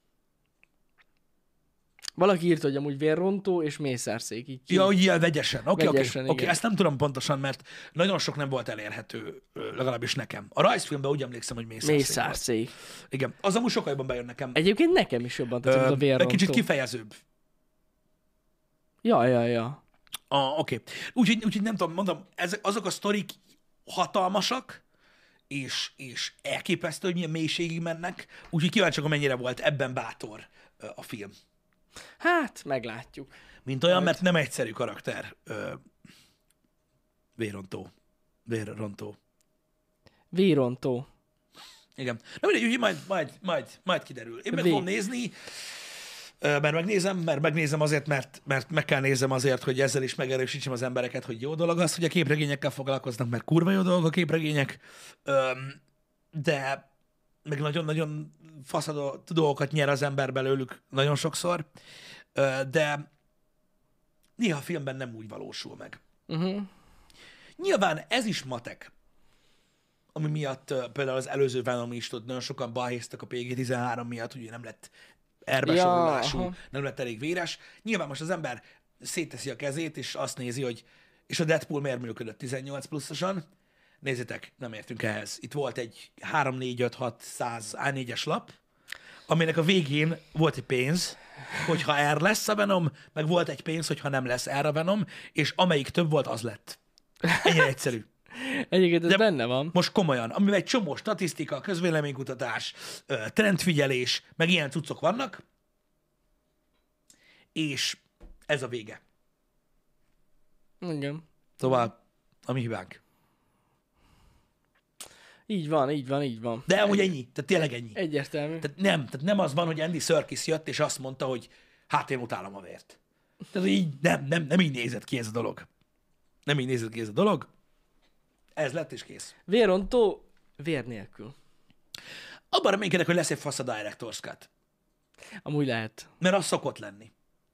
Valaki írta, hogy amúgy vérrontó és mészárszék. Így Ja, hogy ilyen vegyesen. Oké, oké. Vegyesen, Oké, igen. ezt nem tudom pontosan, mert nagyon sok nem volt elérhető, ö, legalábbis nekem. A rajzfilmben úgy emlékszem, hogy mészárszék, volt. mészárszék. Igen, az amúgy sokkal jobban bejön nekem. Egyébként nekem is jobban tetszik, mint a Ö, vérrontó. egy kicsit kifejezőbb. Ja, ja, ja. Ah, oké. Úgyhogy, úgyhogy nem tudom, mondom, ezek, azok a sztorik hatalmasak, és, és elképesztő, hogy milyen mélységig mennek, úgyhogy kíváncsiak, hogy mennyire volt ebben bátor ö, a film. Hát, meglátjuk. Mint olyan, Majd. mert nem egyszerű karakter. Ö, vérontó. Vérrontó. Vérontó. Igen. Na mindegy, úgyhogy majd, majd, majd, majd kiderül. Én meg Vé- fogom nézni, ö, mert megnézem, mert megnézem azért, mert, mert meg kell nézem azért, hogy ezzel is megerősítsem az embereket, hogy jó dolog az, hogy a képregényekkel foglalkoznak, mert kurva jó dolog a képregények, Öm, de meg nagyon-nagyon faszadó dolgokat nyer az ember belőlük nagyon sokszor, Ö, de néha a filmben nem úgy valósul meg. Uh-huh. Nyilván ez is matek, ami miatt uh, például az előző Venom is tud, nagyon sokan balhéztak a pé gé tizenhárom miatt, ugye nem lett erbesorolású, Ja, nem lett elég véres. Nyilván most az ember szétteszi a kezét, és azt nézi, hogy és a Deadpool miért működött tizennyolc pluszosan. Nézzétek, nem értünk ehhez. Itt volt egy három, négy, öt, hat, száz á négyes lap, aminek a végén volt egy pénz, hogyha R lesz a Venom, meg volt egy pénz, hogyha nem lesz R a Venom, és amelyik több volt, az lett. Ennyire egyszerű. Egyébként ez De- benne van. Most komolyan, amiben egy csomó statisztika, közvéleménykutatás, ö, trendfigyelés, meg ilyen cuccok vannak, és ez a vége. Igen. Szóval a mi hibánk. Így van, így van, így van. De amúgy ennyi, tehát tényleg ennyi. Egyértelmű. Tehát nem, tehát nem az van, hogy Andy Serkis jött, és azt mondta, hogy hát én utálom a vért. Tehát így nem, nem, nem így nézett ki ez a dolog. Nem így nézett ki ez a dolog. Ez lett, és kész. Vérontó vér nélkül. Abban reménykedek, hogy lesz egy fasz a Director's Cut. Amúgy lehet. Mert az szokott lenni.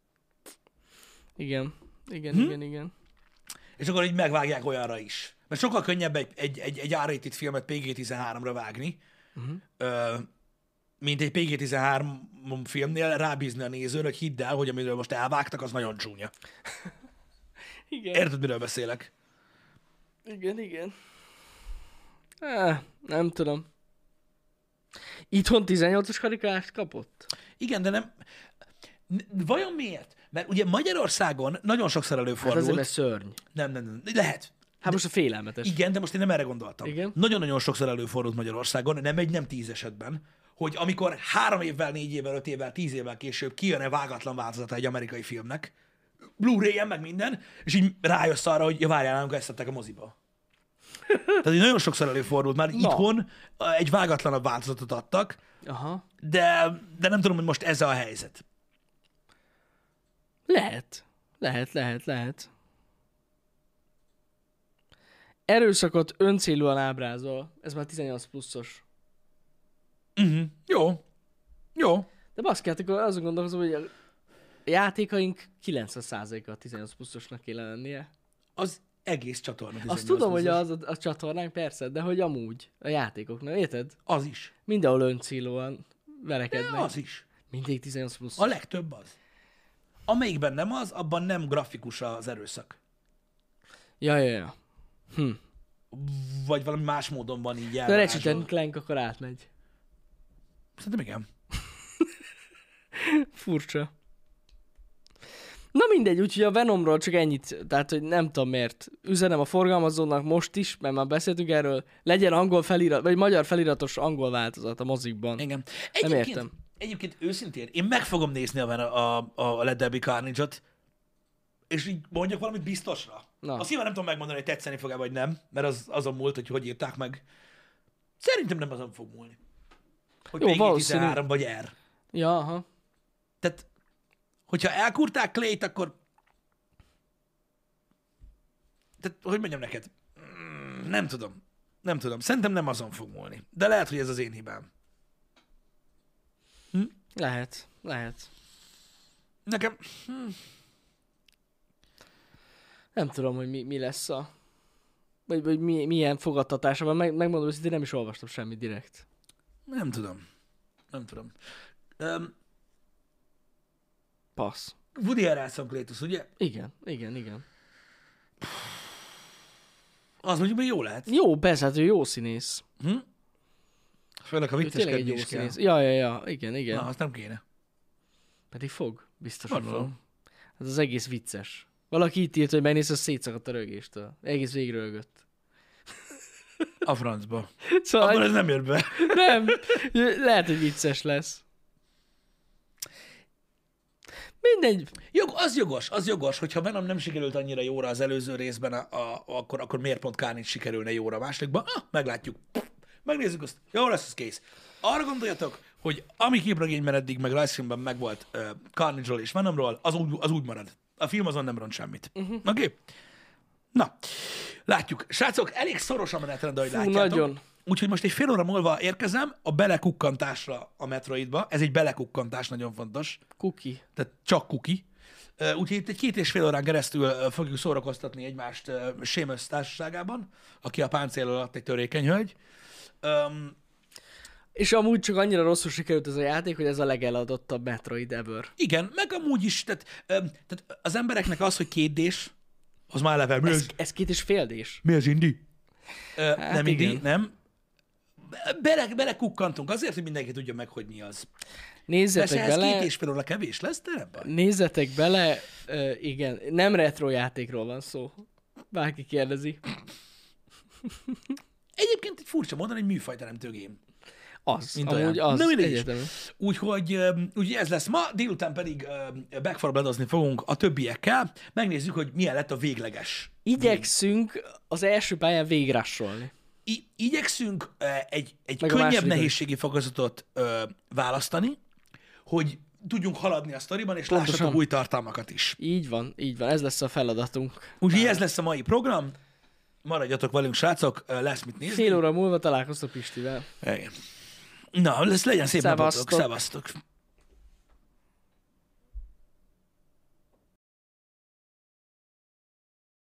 Igen. Igen, Hm? igen, igen. És akkor így megvágják olyanra is. Mert sokkal könnyebb egy, egy, egy, egy er rated filmet pé gé tizenháromra vágni, uh-huh. ö, mint egy pé gé tizenhárom filmnél rábízni a nézőre, hogy hidd el, hogy amiről most elvágtak, az nagyon csúnya. Igen. Érted, miről beszélek? Igen, igen. Á, nem tudom. Itthon tizennyolcas karikást kapott? Igen, de nem... n- Vajon miért? Mert ugye Magyarországon nagyon sokszor Hát előfordult... azért, mert szörny. Nem, nem, nem. Lehet. Hát most a félelmetes. Igen, de most én nem erre gondoltam. Igen. Nagyon-nagyon sokszor előfordult Magyarországon, nem egy, nem tíz esetben, hogy amikor három évvel, négy évvel, öt évvel, tíz évvel később kijön-e vágatlan változata egy amerikai filmnek, Blu-ray-en, meg minden, és így rájössz arra, hogy ja, várjál, amikor ezt tettek a moziba. Tehát így nagyon sokszor előfordult, már itthon egy vágatlanabb változatot adtak, Aha. de, de nem tudom, hogy most ez a helyzet. Lehet. Lehet, lehet, lehet. Erőszakot öncélúan ábrázol. Ez már tizennyolc pluszos. Uh-huh. Jó. Jó. De baszki, hát akkor azon gondolkozom, hogy a játékaink kilencven százaléka tizennyolc pluszosnak kéne lennie. Az egész csatorna. Azt tizennyolc tudom, hogy pluszos. az a, a csatornánk persze, de hogy amúgy a játékoknak, érted? Az is. Mindenhol öncélúan De verekednek. az is. Mindig tizennyolc plusz. A legtöbb az. Amelyikben nem az, abban nem grafikus az erőszak. Ja, ja, ja. Hm. Vagy valami más módon van így De elvarázsolva. Ratchet Clank akkor átmegy. Szerintem igen. Furcsa. Na mindegy, úgyhogy a Venomról csak ennyit, tehát hogy nem tudom miért. Üzenem a forgalmazónak most is, mert már beszéltünk erről, legyen angol felirat, vagy magyar feliratos angol változat a mozikban. Igen. Nem Egyébként, értem. egyébként őszintén, én meg fogom nézni a, a, a, a Let There Be Carnage-ot, és így mondjak valamit biztosra. Na. Azt nyilván nem tudom megmondani, hogy tetszeni fog-e vagy nem, mert az azon múlt, hogy hogy írták meg. Szerintem nem azon fog múlni. Hogy Jó, pé gé valószínű. tizenhárom vagy R. Ja, aha. Tehát, hogyha elkurták Clay-t, akkor... Tehát, hogy mondjam neked? Mm, Nem tudom. Nem tudom. Szerintem nem azon fog múlni. De lehet, hogy ez az én hibám. Lehet, lehet. Nekem... Nem tudom, hogy mi, mi lesz a... Vagy, vagy mi, milyen fogadtatása van. Meg, megmondom, hogy nem is olvastam semmit direkt. Nem tudom. Nem tudom. Um, Passz. Woody Harrelson Cletus, ugye? Igen, igen, igen. Az mondjuk még jó lehet. Jó, persze, hát ő jó színész. Hm? Főleg, ha Ő tényleg egy vicceskedni jó is kell. színész. Ja, ja, ja, igen, igen. Na, azt nem kéne. Pedig fog, biztos, Hogy hogy fog? fog. Hát az egész vicces. Valaki itt írt, hogy megnézte, szétszakadt a rögéstől. Egész végig rögött. A francba. Szóval Akkor ez nem jött be. nem. Lehet, hogy vicces lesz. Mindegy. Jog, az jogos, az jogos, hogyha Venom nem sikerült annyira jóra az előző részben, a, a, akkor, akkor miért pont Carnage sikerülne jóra a másodikban? Ah, meglátjuk. megnézzük azt, jó lesz, az kész. Arra gondoljatok, hogy ami képregényben eddig, meg livestreamben megvolt uh, Carnage-ról és Venomról, az úgy, az úgy marad. A film azon nem ront semmit. Uh-huh. Oké? Okay? Na, látjuk. Srácok, elég szoros a menetrend, ahogy Fú, látjátok. nagyon. Úgyhogy most egy fél óra múlva érkezem a belekukkantásra a Metroidba. Ez egy belekukkantás, nagyon fontos. Kuki. Tehát csak kuki. Úgyhogy itt egy két és fél órán keresztül fogjuk szórakoztatni egymást Seamus társaságában, aki a páncél alatt egy törékeny hölgy. Um, És amúgy csak annyira rosszul sikerült ez a játék, hogy ez a legeladottabb Metroid ever. igen, meg amúgy is, tehát, um, tehát az embereknek az, hogy kétdés, az már level. Mi Ez, az, ez két és féldés. mi az indi? Uh, Hát nem indi, igen. nem. Bele, belekukkantunk azért, hogy mindenki tudja meg, hogy mi az. Nézzetek Persze ez bele, két és fél óra kevés lesz, de nem baj. nézzetek bele, uh, igen, nem retro játékról van szó. Bárki kérdezi. Egyébként egy furcsa mondani, egy műfajteremtő game. Az, Mint amúgy olyan. az Na, mindegy is. egyetemű. Úgyhogy, öm, úgyhogy ez lesz ma, délután pedig öm, Back four Bloodozni fogunk a többiekkel. Megnézzük, hogy milyen lett a végleges. Igyekszünk az első pályán végrassolni. I- igyekszünk ö, egy, egy Meg a könnyebb második nehézségi fokozatot ö, választani, hogy tudjunk haladni a sztoriban, és Pontosan. lássatok új tartalmakat is. Így van, így van, ez lesz a feladatunk. Úgyhogy ez lesz a mai program. Maradjatok velünk, srácok, ö, lesz mit nézni. Fél óra múlva találkoztok Pistivel. Igen. Na, lesz, legyen szép Szevasztok. napotok. Szevasztok.